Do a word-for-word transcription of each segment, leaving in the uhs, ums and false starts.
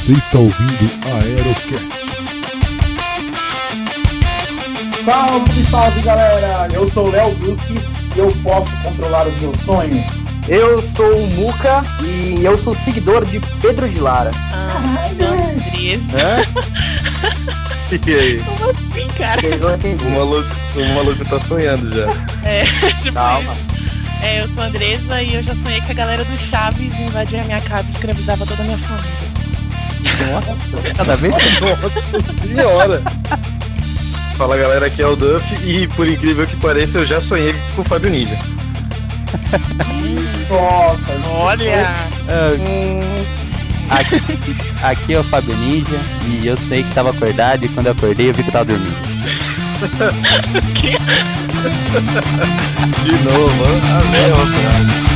Você está ouvindo a Aerocast. Salve, salve galera! Eu sou o Léo Bruschi e eu posso controlar os meus sonhos. Eu sou o Muca e eu sou seguidor de Pedro de Lara. Ah, Andrés. E aí? Como assim, cara? O maluco, o maluco tá sonhando já. É, tipo Calma. isso. É, eu sou a Andresa e eu já sonhei que a galera do Chaves invadia a minha casa e escravizava toda a minha família. Nossa, cada vez Nossa senhora! Fala galera, aqui é o Duff e por incrível que pareça eu já sonhei com o Fábio Ninja. Nossa, Olha! Hum, aqui, aqui é o Fábio Ninja e eu sonhei que tava acordado e quando eu acordei eu vi que eu tava dormindo. Que? De novo, a mesma frase.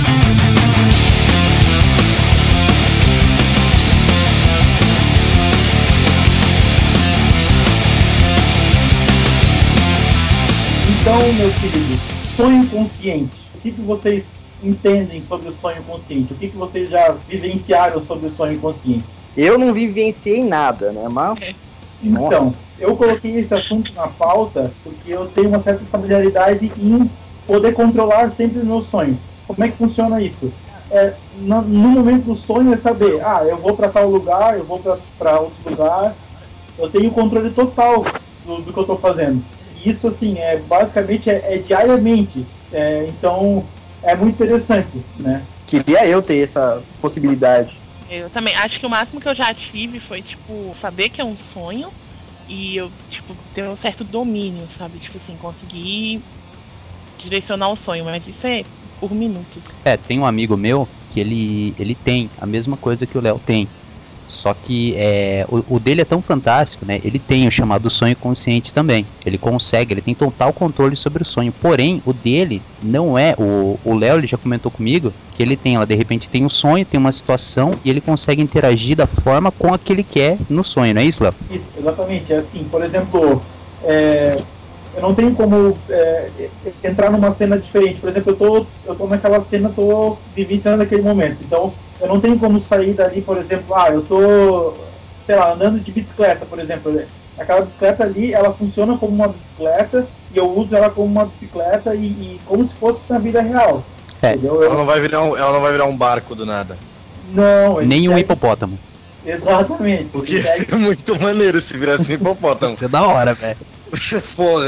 Então, meus queridos, sonho consciente. O que, que vocês entendem sobre o sonho consciente? O que, que vocês já vivenciaram sobre o sonho consciente? Eu não vivenciei nada, né? Mas. Então, Nossa. eu coloquei esse assunto na pauta porque eu tenho uma certa familiaridade em poder controlar sempre os meus sonhos. Como é que funciona isso? É, no, no momento do sonho é saber, ah, eu vou para tal lugar, eu vou para outro lugar. Eu tenho controle total do, do que eu estou fazendo. E isso, assim, é, basicamente é, é diariamente. É, então, é muito interessante, né? Queria eu ter essa possibilidade. Eu também. Acho que o máximo que eu já tive foi, tipo, saber que é um sonho e eu, tipo, ter um certo domínio, sabe? Tipo assim, conseguir direcionar o sonho, mas isso é por minuto. É, tem um amigo meu que ele, ele tem a mesma coisa que o Léo tem. Só que é, o, o dele é tão fantástico, né? Ele tem o chamado sonho consciente também. Ele consegue, ele tem total controle sobre o sonho. Porém, o dele não é. O, o Léo, ele já comentou comigo que ele tem, ela de repente tem um sonho, tem uma situação e ele consegue interagir da forma com a que ele quer no sonho, não é isso, Léo? Isso, exatamente. É assim, por exemplo, é, eu não tenho como é, entrar numa cena diferente. Por exemplo, eu tô, eu tô naquela cena, tô vivenciando aquele momento. Então, eu não tenho como sair dali, por exemplo, ah, eu tô, sei lá, andando de bicicleta, por exemplo. Aquela bicicleta ali, ela funciona como uma bicicleta e eu uso ela como uma bicicleta e, e como se fosse na vida real. É. Entendeu? Eu- Ela não vai virar um, ela não vai virar um barco do nada. não, ele Nem um segue- hipopótamo. Exatamente. O que ele segue- seria muito maneiro se virasse um hipopótamo. Isso é da hora, velho. Porra.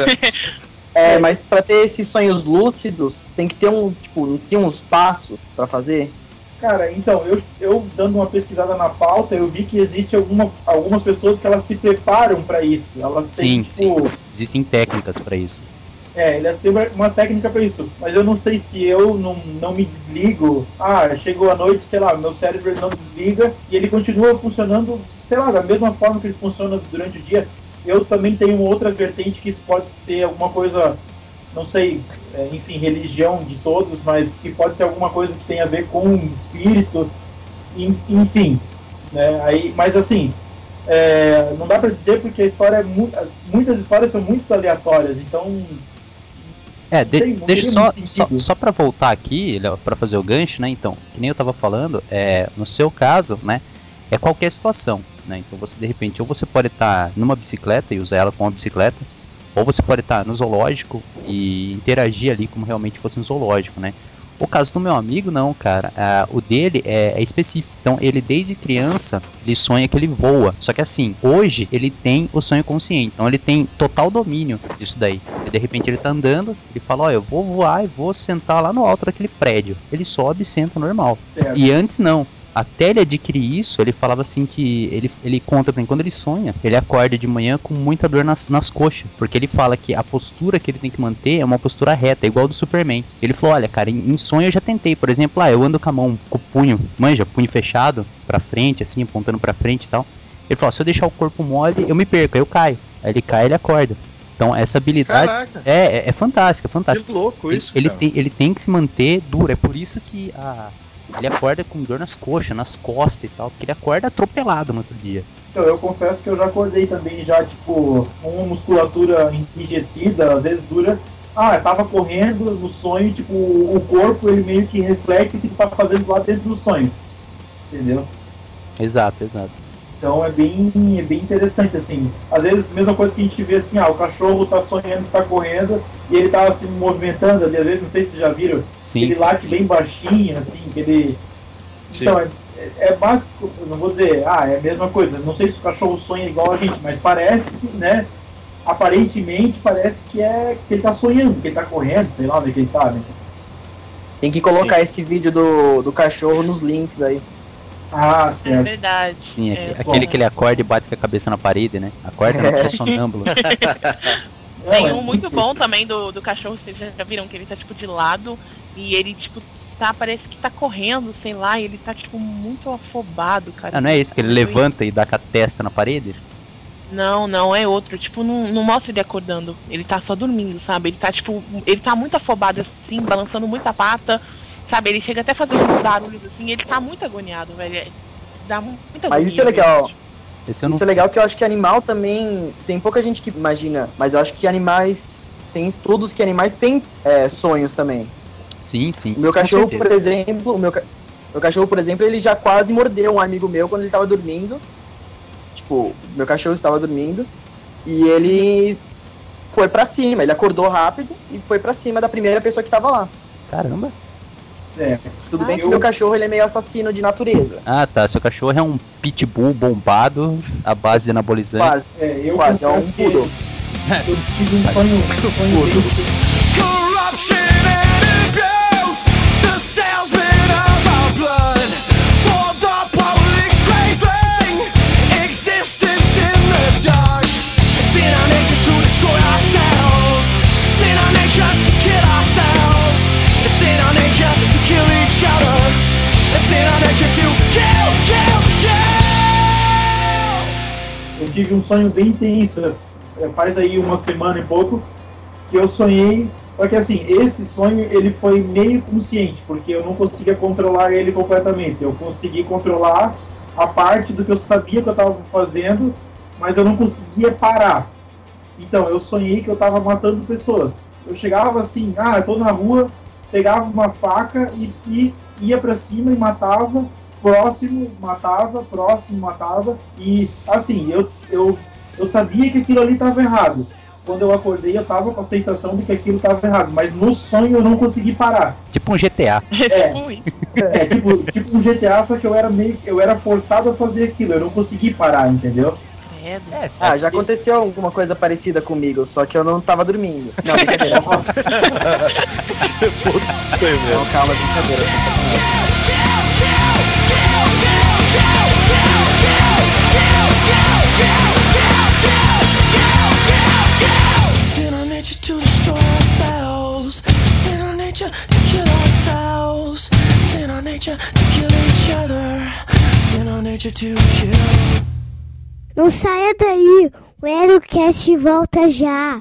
É, mas pra ter esses sonhos lúcidos, tem que ter um, tipo, não tem uns passos pra fazer? Cara, então, eu, eu dando uma pesquisada na pauta, eu vi que existe alguma, algumas pessoas que elas se preparam para isso. Elas Sim, têm, tipo, Existem técnicas pra isso. é, ele tem uma técnica para isso. Mas eu não sei se eu não, não me desligo. Ah, chegou a noite, sei lá, meu cérebro não desliga e ele continua funcionando, sei lá, da mesma forma que ele funciona durante o dia. Eu também tenho uma outra vertente que isso pode ser alguma coisa, não sei, é, enfim, religião de todos, mas que pode ser alguma coisa que tem a ver com espírito, en- enfim, né? Aí, mas assim, é, não dá pra dizer porque a história é mu- muitas histórias são muito aleatórias, então É, de- Tem- não deixa teria só, muito só, sentido. só pra voltar aqui, Léo, pra fazer o gancho, né, então, que nem eu tava falando, é, no seu caso, né, é qualquer situação, né, então você de repente, ou você pode estar numa bicicleta e usar ela como uma bicicleta, ou você pode estar no zoológico e interagir ali como realmente fosse um zoológico, né. O caso do meu amigo, não, cara, ah, o dele é, é específico, então ele desde criança, ele sonha que ele voa, só que assim, hoje ele tem o sonho consciente, então ele tem total domínio disso daí, e de repente ele tá andando, ele fala, ó, eu vou voar e vou sentar lá no alto daquele prédio, ele sobe e senta normal, certo. e antes não. Até ele adquirir isso, ele falava assim que ele, ele conta pra mim, quando ele sonha, ele acorda de manhã com muita dor nas, nas coxas, porque ele fala que a postura que ele tem que manter é uma postura reta, igual a do Superman. Ele falou, olha cara, em, em sonho eu já tentei, por exemplo, ah, eu ando com a mão, com o punho, manja, punho fechado, pra frente, assim, apontando pra frente e tal. Ele falou, se eu deixar o corpo mole, eu me perco, aí eu caio. Aí ele cai, ele acorda. Então essa habilidade Caraca, é, é, é fantástica, é fantástica. que louco Ele, isso, ele cara. tem, ele tem que se manter duro, é por isso que a... Ele acorda com dor nas coxas, nas costas e tal, porque ele acorda atropelado no outro dia. Então, eu confesso que eu já acordei também, já, tipo, com uma musculatura enrijecida, às vezes dura. Ah, eu tava correndo no sonho, tipo, o corpo, ele meio que reflete o que tu tá fazendo lá dentro do sonho. Entendeu? Exato, exato. Então é bem, é bem interessante, assim. Às vezes, a mesma coisa que a gente vê assim, ah, o cachorro tá sonhando que tá correndo e ele tá se movimentando ali, às vezes, não sei se vocês já viram, Sim, ele sim, late sim. bem baixinho, assim, que ele... Sim. Então, é, é básico, eu não vou dizer, ah, é a mesma coisa, não sei se o cachorro sonha igual a gente, mas parece, né, aparentemente parece que é que ele tá sonhando, que ele tá correndo, sei lá onde é que ele tá, né? Tem que colocar Sim. esse vídeo do, do cachorro nos links aí. Ah, É certo. verdade. Sim, é, aque- aquele bom. que ele acorda e bate com a cabeça na parede, né? Acorda, não, tô sonâmbulo. Não, Tem é um muito bom também do, do cachorro, vocês já viram que ele tá tipo de lado e ele tipo tá, parece que tá correndo, sei lá, e ele tá tipo muito afobado, cara. Ah, não é esse que ele levanta e dá com a testa na parede? Não, não, é outro, tipo, não, não mostra ele acordando, ele tá só dormindo, sabe? Ele tá tipo, ele tá muito afobado assim, balançando muita pata, sabe? Ele chega até a fazer uns barulhos assim, ele tá muito agoniado, velho. é- Dá mu- muita Mas agonia, isso é legal. velho. Esse eu não... Isso é legal que eu acho que animal também. Tem pouca gente que imagina, mas eu acho que animais. Tem estudos que animais têm é, sonhos também. Sim, sim. O meu isso com cachorro, certeza. por exemplo, o meu, ca- meu cachorro, por exemplo, ele já quase mordeu um amigo meu quando ele tava dormindo. Tipo, meu cachorro estava dormindo e ele foi pra cima, ele acordou rápido e foi pra cima da primeira pessoa que tava lá. Caramba. É. Tudo Ah, bem que eu- meu cachorro ele é meio assassino de natureza. Ah, tá. Seu cachorro é um pitbull bombado à base de anabolizante. Quase. É, eu Quase, é um confesso que poodle. eu tive um sonho, um sonho bem... Corruption and abuse, the salesmen of our blood, for the public's craving, existence in the dark. It's in our nature to destroy ourselves, it's in our nature to kill ourselves, it's in our nature to kill each other, it's in our nature to kill, kill, kill. Eu tive um sonho bem intenso, é, faz aí uma semana e pouco, que eu sonhei, só que assim, esse sonho ele foi meio consciente, porque eu não conseguia controlar ele completamente, eu consegui controlar a parte do que eu sabia que eu estava fazendo, mas eu não conseguia parar. Então, eu sonhei que eu estava matando pessoas. Eu chegava assim, ah, eu tô na rua, pegava uma faca e, e ia para cima e matava, próximo, matava, próximo, matava, e assim, eu, eu, eu sabia que aquilo ali estava errado. Quando eu acordei, eu tava com a sensação de que aquilo estava errado, mas no sonho eu não consegui parar. Tipo um G T A. É. Tipo isso. É tipo, tipo um G T A, só que eu era meio, eu era forçado a fazer aquilo, eu não consegui parar, entendeu? Credo. É, Ah, já aconteceu alguma coisa parecida comigo, só que eu não tava dormindo. Não, brincadeira. Nossa, Não, calma, brincadeira. It's in our nature to destroy ourselves. It's in our nature to kill ourselves. It's in our nature to kill each other. It's in our nature to kill. Não saia daí, o Aerocast volta já.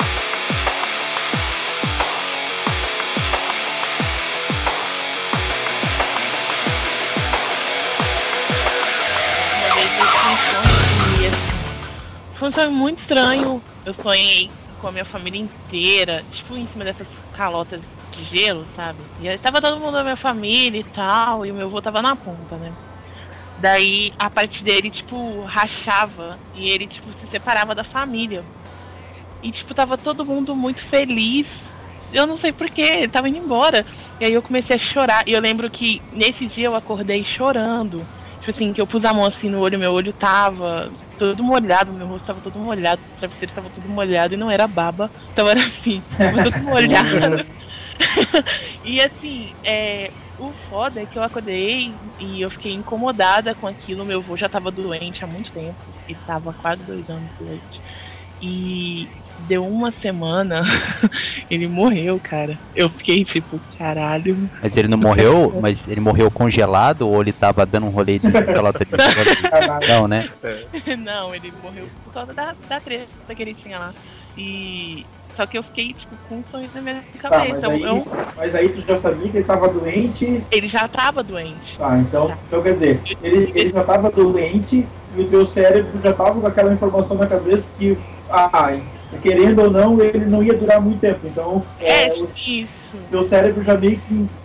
Uma vez eu tive um sonho e, assim, foi um sonho muito estranho. Eu sonhei com a minha família inteira, tipo em cima dessas calotas de gelo, sabe? E aí tava todo mundo da minha família e tal, e o meu avô tava na ponta, né? Daí a parte dele, tipo, rachava e ele, tipo, se separava da família. E, tipo, tava todo mundo muito feliz. Eu não sei porquê, ele tava indo embora. E aí eu comecei a chorar. E eu lembro que nesse dia eu acordei chorando. Tipo assim, que eu pus a mão assim no olho, meu olho tava todo molhado, meu rosto tava todo molhado, o travesseiro tava todo molhado e não era baba. Então era assim, tava todo molhado. E assim, é, o foda é que eu acordei e eu fiquei incomodada com aquilo. Meu avô já tava doente há muito tempo, ele tava quase dois anos doente. E deu uma semana, ele morreu, cara. Eu fiquei tipo, caralho. Mas ele não morreu, mas ele morreu congelado ou ele tava dando um rolê de pelota de caralho. Não, né? Não, ele morreu por causa da, da treta que ele tinha lá. E só que eu fiquei tipo com um sonho na minha Tá, mas cabeça. aí, eu, mas aí tu já sabia que ele tava doente. ele já tava doente. Tá, então, então quer dizer, ele, ele já tava doente e o teu cérebro já tava com aquela informação na cabeça que, ah, querendo ou não, ele não ia durar muito tempo. Então, É, é, o isso. teu cérebro já meio que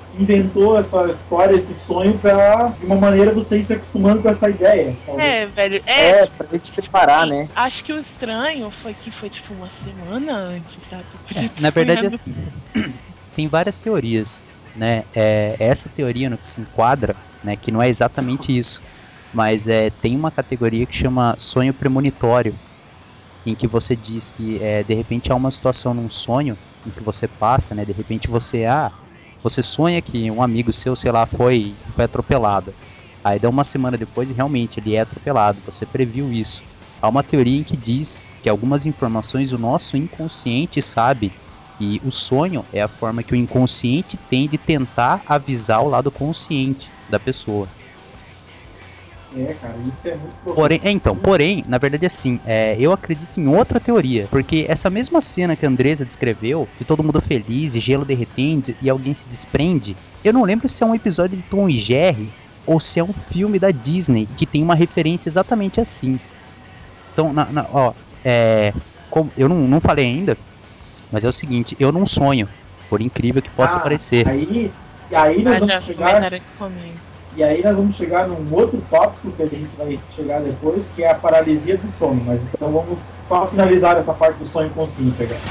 inventou essa história, esse sonho pra, de uma maneira, você ir se acostumando com essa ideia. Talvez. É, velho, é. É, pra te preparar, né? Acho que o estranho foi que foi tipo uma semana antes, tá? É, na verdade, assim, tem várias teorias, né? É, essa teoria no que se enquadra, né, que não é exatamente isso, mas é, tem uma categoria que chama sonho premonitório, em que você diz que é, de repente há uma situação num sonho em que você passa, né? De repente você ah, você sonha que um amigo seu, sei lá, foi, foi atropelado. Aí dá uma semana depois e realmente ele é atropelado. Você previu isso. Há uma teoria em que diz que algumas informações o nosso inconsciente sabe, e o sonho é a forma que o inconsciente tem de tentar avisar o lado consciente da pessoa. É, cara, isso é muito profundo. Porém, é, então, porém, na verdade assim, é, eu acredito em outra teoria, porque essa mesma cena que a Andresa descreveu, de todo mundo feliz, gelo derretendo e alguém se desprende, eu não lembro se é um episódio de Tom e Jerry ou se é um filme da Disney que tem uma referência exatamente assim. Então, na, na, ó, é, como, eu não, não falei ainda, mas é o seguinte, eu não sonho, por incrível que possa Ah, parecer. Aí, e aí nós Ah, vamos já chegar... comentaram aqui comigo. E aí nós vamos chegar num outro tópico que a gente vai chegar depois, que é a paralisia do sono. Mas então vamos só finalizar essa parte do sonho consciente agora.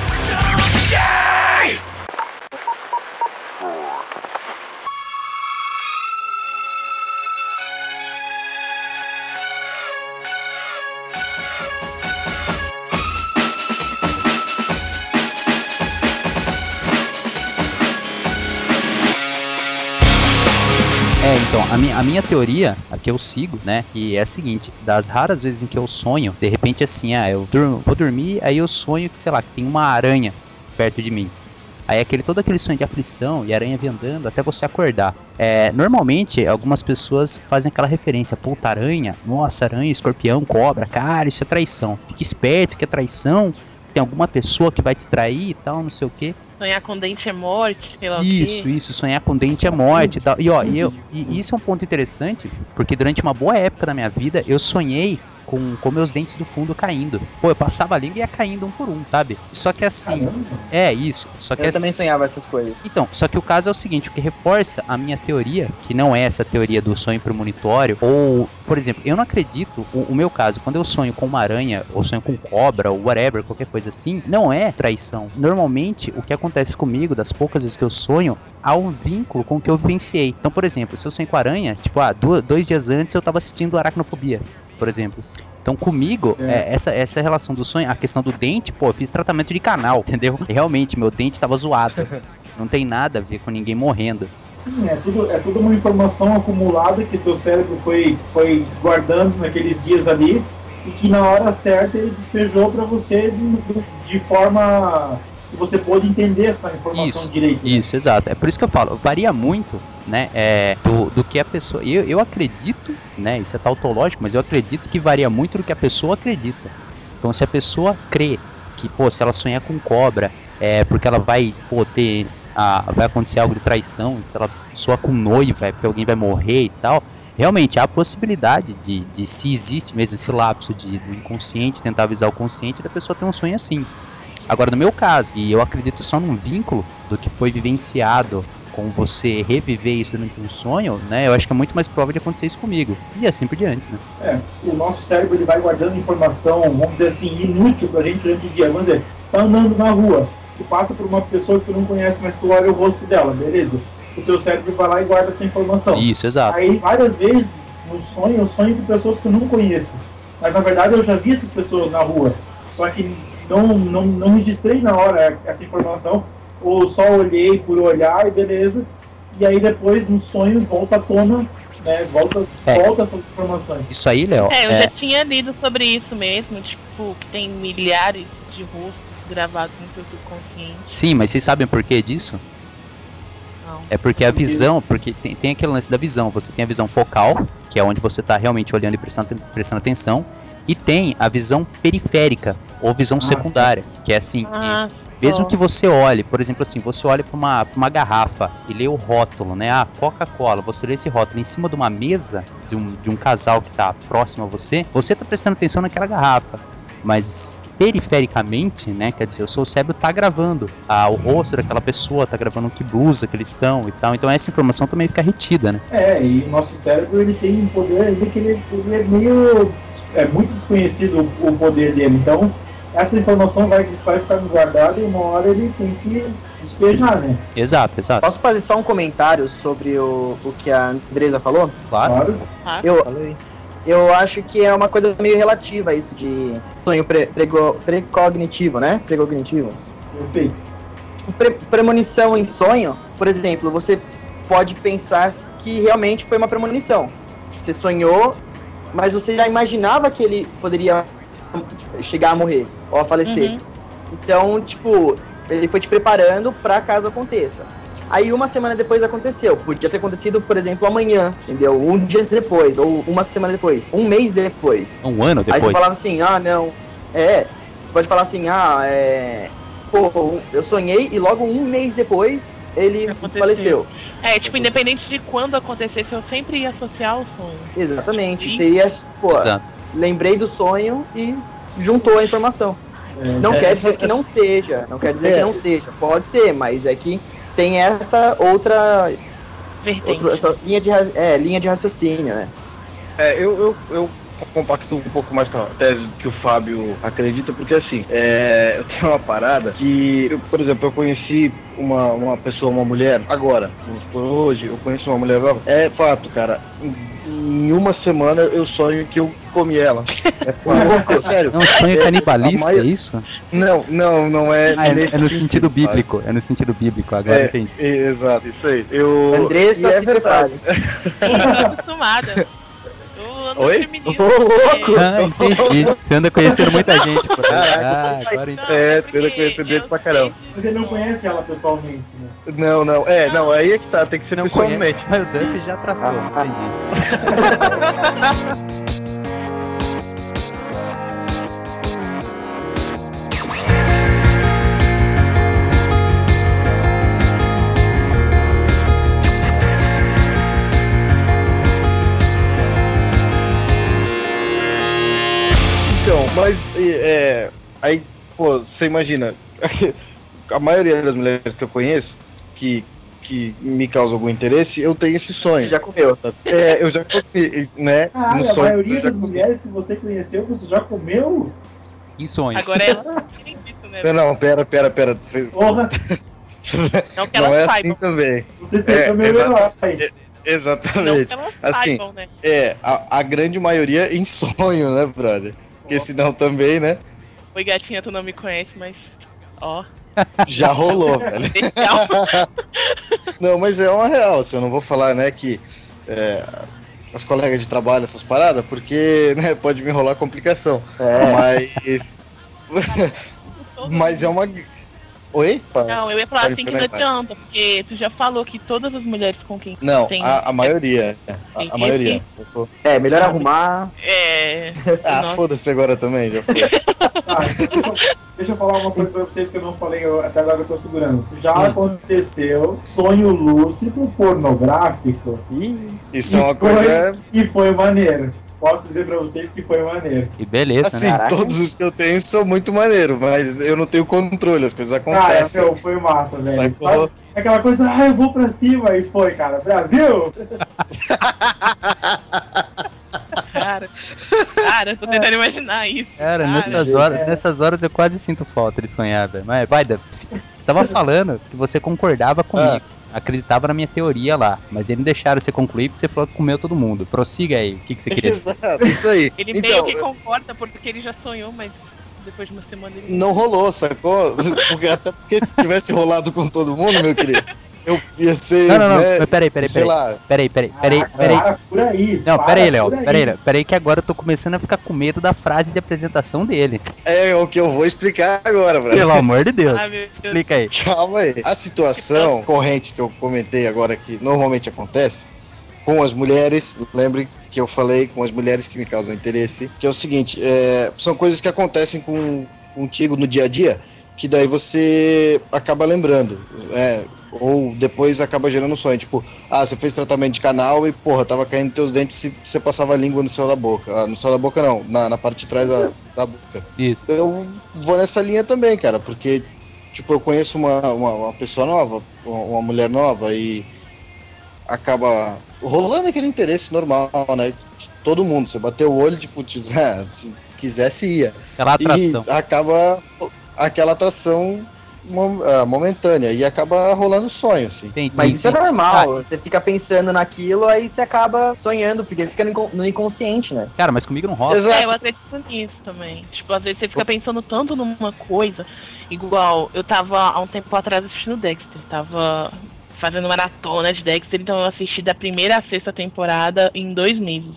É, então, a minha, a minha teoria, a que eu sigo, né, que é a seguinte, das raras vezes em que eu sonho, de repente assim, ah, eu durmo, vou dormir, aí eu sonho que, sei lá, que tem uma aranha perto de mim. Aí aquele, todo aquele sonho de aflição e aranha vem andando até você acordar. É, normalmente, algumas pessoas fazem aquela referência, puta, aranha, nossa, aranha, escorpião, cobra, cara, isso é traição. Fique esperto que é traição, tem alguma pessoa que vai te trair e tal, não sei o quê. Sonhar com dente é morte, sei lá Isso, o quê. isso, sonhar com dente é morte e tal. E ó, e, eu, e isso é um ponto interessante, porque durante uma boa época da minha vida, eu sonhei com, com meus dentes do fundo caindo. Pô, eu passava a língua e ia caindo um por um, sabe? Só que assim, Caramba. é isso. Só que Eu assim, também sonhava essas coisas. então, só que o caso é o seguinte, o que reforça a minha teoria, que não é essa teoria do sonho premonitório, ou, por exemplo, eu não acredito, o, o meu caso, quando eu sonho com uma aranha, ou sonho com cobra, ou whatever, qualquer coisa assim, não é traição. Normalmente, o que acontece comigo, das poucas vezes que eu sonho, há um vínculo com o que eu vivenciei. Então, por exemplo, se eu sonho com aranha, tipo, ah, do, dois dias antes eu tava assistindo Aracnofobia, por exemplo. Então comigo, É. é, essa, essa relação do sonho, a questão do dente, pô, eu fiz tratamento de canal, entendeu? E realmente, meu dente tava zoado. Não tem nada a ver com ninguém morrendo. Sim, é tudo, é tudo uma informação acumulada que teu cérebro foi, foi guardando naqueles dias ali e que na hora certa ele despejou para você de, de forma que você pôde entender essa informação Isso, direito. né? Isso, exato. É por isso que eu falo, varia muito, né, é, do, do que a pessoa... Eu, eu acredito, né, isso é tautológico, mas eu acredito que varia muito do que a pessoa acredita. Então, se a pessoa crê que, pô, se ela sonhar com cobra, é porque ela vai, pô, ter... A, vai acontecer algo de traição, se ela soa com noiva, é porque alguém vai morrer e tal... Realmente, há a possibilidade de, de, se existe mesmo esse lapso de, do inconsciente, tentar avisar o consciente, da pessoa ter um sonho assim. Agora, no meu caso, e eu acredito só num vínculo do que foi vivenciado com você reviver isso durante um sonho, né? Eu acho que é muito mais provável de acontecer isso comigo. E assim por diante, né? É, o nosso cérebro ele vai guardando informação, vamos dizer assim, inútil pra gente durante o dia. Vamos dizer, tá andando na rua, tu passa por uma pessoa que tu não conhece, mas tu olha o rosto dela, beleza? O teu cérebro vai lá e guarda essa informação. Isso, exato. Aí, várias vezes, no sonho, eu sonho com pessoas que eu não conheço. Mas, na verdade, eu já vi essas pessoas na rua. Só que não, não, não registrei na hora essa informação. Ou só olhei por olhar e beleza. E aí, depois, no sonho, volta à tona, né? Volta, É. volta essas informações. Isso aí, Léo, É, eu é, já tinha lido sobre isso mesmo, tipo, que tem milhares de rostos gravados no seu subconsciente. sim, mas vocês sabem por que disso? Não. É porque a visão, porque tem, tem aquele lance da visão. Você tem a visão focal, que é onde você está realmente olhando e prestando, prestando atenção. E tem a visão periférica, ou visão Ah, secundária, que é assim, Ah, que mesmo só. que você olhe, por exemplo assim, você olha para uma, pra uma garrafa e lê o rótulo, né? Ah, Coca-Cola, você lê esse rótulo em cima de uma mesa de um, de um casal que está próximo a você, você está prestando atenção naquela garrafa. mas perifericamente, né, quer dizer, o seu cérebro tá gravando ah, o rosto daquela pessoa, tá gravando que blusa que eles estão e tal, então essa informação também fica retida, né? É, e o nosso cérebro, ele tem um poder ainda que ele, ele é meio, é muito desconhecido o poder dele, então essa informação vai, vai ficar guardada e uma hora ele tem que despejar, né? Exato, exato. Posso fazer só um comentário sobre o, o que a Andresa falou? Claro. Claro. Eu, eu acho que é uma coisa meio relativa isso de sonho pre, prego, precognitivo, né? Precognitivo. Perfeito. Pre, premonição em sonho, por exemplo, você pode pensar que realmente foi uma premonição. Você sonhou, mas você já imaginava que ele poderia chegar a morrer ou a falecer. Uhum. Então, tipo, ele foi te preparando pra caso aconteça. Aí uma semana depois aconteceu. Podia ter acontecido, por exemplo, amanhã, entendeu? Um dia depois, ou uma semana depois, um mês depois. Um ano depois. Aí você falava assim, ah, não. É, você pode falar assim, ah, é. Pô, eu sonhei e logo um mês depois ele Aconteceu. faleceu. É, tipo, independente de quando acontecesse, eu sempre ia associar o sonho. Exatamente. Sim. Você ia, pô, Exato. lembrei do sonho e juntou a informação. É, Não é, quer dizer que não seja, não quer dizer É. que não seja. Pode ser, mas é que tem essa outra, Vertente. outra essa linha, de, ra- é, linha de raciocínio, né? É, eu, eu, eu compacto um pouco mais com a tese que o Fábio acredita, porque assim, é, eu tenho uma parada que, eu, por exemplo, eu conheci uma, uma pessoa, uma mulher, agora, vamos supor, hoje, eu conheço uma mulher agora, é fato, cara, em, em uma semana eu sonho que eu comi ela. É fato, sério. É um sonho É, canibalista, a é maio- isso? Não, não, não é. Ah, é, nesse é no sentido sabe? bíblico, é no sentido bíblico, agora É, entendi. é, exato, isso aí. Eu, Andressa, e é se verdade. Eu tô acostumada. Eu ando Oi? feminino. Ô, louco! Ah, entendi. Você anda conhecendo muita gente por aí. Caraca, Ah, agora entendi. Não, É, porque tendo conhecido dele eu pra caramba. sei- Mas ele não conhece ela pessoalmente, né? Não, não, é, não, aí é que tá, tem que ser Não pessoalmente. conhece, mas o Duff já traçou, Ah. entendi. Então, mas é, aí, pô, você imagina, a maioria das mulheres que eu conheço que, que me causam algum interesse, eu tenho esse sonho. Já comeu. É, eu já comi, né? Ah, no a sonho, maioria eu já das comi. mulheres que você conheceu, você já comeu? Em sonho. Agora é nem isso, né? Não, não, pera, pera, pera. Porra, Não que Não elas é assim saibam. também. você É, é, meu exato. herói. Não Exatamente. que elas Assim, saibam, né? É, a, a grande maioria em sonho, né, brother? Porque senão também, né? Oi, gatinha, tu não me conhece, mas... Ó, Já rolou, velho. especial. Não, mas é uma real, assim, eu não vou falar, né, que é, as colegas de trabalho, essas paradas, porque, né, pode me rolar complicação. É. Mas. Mas é uma. Oi? Não, eu ia falar Pode assim que não perguntar. adianta, porque tu já falou que todas as mulheres com quem Não, tem... a, a maioria. A, Tem a maioria. É, melhor arrumar. É... Ah, Nossa. foda-se agora também, já foi. Ah, então deixa, eu- deixa eu falar uma coisa pra vocês que eu não falei, eu, até agora eu tô segurando. Já Hum. aconteceu sonho lúcido pornográfico Isso é uma E foi- coisa. e foi maneiro. Posso dizer pra vocês que foi maneiro. Que beleza, Assim, né? Caraca. todos os que eu tenho são muito maneiros, mas eu não tenho controle, as coisas Cara, acontecem. meu, foi massa, velho. Sacou? Aquela coisa, ah, eu vou pra cima, e foi, cara. Brasil! Cara, cara, tô tentando imaginar isso. Cara, cara. nessas horas, nessas horas eu quase sinto falta de sonhar, velho. Mas vai, Duff, você tava falando que você concordava comigo. Acreditava na minha teoria lá, mas eles não deixaram você concluir porque você falou que comeu todo mundo. Prossiga aí, o que, que você queria dizer? Exato, isso aí. Ele meio Então, que concorda porque ele já sonhou, mas depois de uma semana ele... não rolou, sacou? Porque, até porque se tivesse rolado com todo mundo, meu querido, eu ia ser. Não, não, não, né, mas peraí, peraí, sei peraí. lá. Peraí, peraí, peraí, Ah, peraí. para por aí. Não, para peraí, Léo, por aí. peraí, Léo, peraí que agora eu tô começando a ficar com medo da frase de apresentação dele. É o que eu vou explicar agora, Pelo velho. amor de Deus. Ai, meu Deus. Explica aí. Calma aí. A situação corrente que eu comentei agora que normalmente acontece com as mulheres, lembre que eu falei com as mulheres que me causam interesse, que é o seguinte, é, são coisas que acontecem com contigo no dia a dia que daí você acaba lembrando. É, ou depois acaba gerando um sonho. Tipo, ah, você fez tratamento de canal e, porra, tava caindo teus dentes e você passava a língua no céu da boca. Ah, no céu da boca não, na, na parte de trás da, da boca. Isso. Eu vou nessa linha também, cara, porque, tipo, eu conheço uma, uma, uma pessoa nova, uma, uma mulher nova e acaba rolando aquele interesse normal, né? Todo mundo, você bateu o olho, tipo, diz, ah, se quisesse ia. Aquela atração. E acaba aquela atração mom- ah, momentânea e acaba rolando sonho, assim. Tem, tem, Mas isso é tem- normal, Ah, você fica pensando naquilo, aí você acaba sonhando, porque fica no incon- no inconsciente, né? cara, mas comigo não rola. Exato. É, eu acredito nisso também. Tipo, às vezes você fica pensando tanto numa coisa, igual eu tava há um tempo atrás assistindo Dexter, tava fazendo maratona de Dexter, então eu assisti da primeira à sexta temporada em dois meses.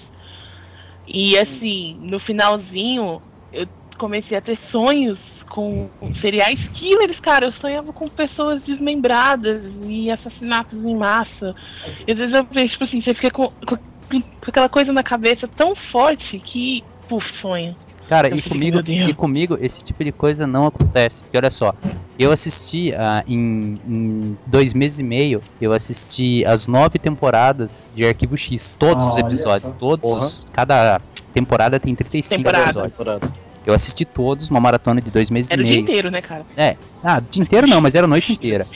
E assim, no finalzinho, eu comecei a ter sonhos com serial killers, cara. Eu sonhava com pessoas desmembradas e assassinatos em massa. E às vezes eu vejo, tipo assim, você fica com, com, com aquela coisa na cabeça tão forte que, puf, sonho. Cara, Eu e fico, comigo, meu Deus. e comigo esse tipo de coisa não acontece. Porque olha só, eu assisti ah, em, em dois meses e meio, eu assisti as nove temporadas de Arquivo X, todos os Olha episódios, só. todos, Porra. os- cada temporada tem trinta e cinco Temporada. episódios. Temporada. Eu assisti todos, uma maratona de dois meses Era e o dia meio. inteiro, né, cara? Ah, o dia inteiro não, mas era a noite inteira.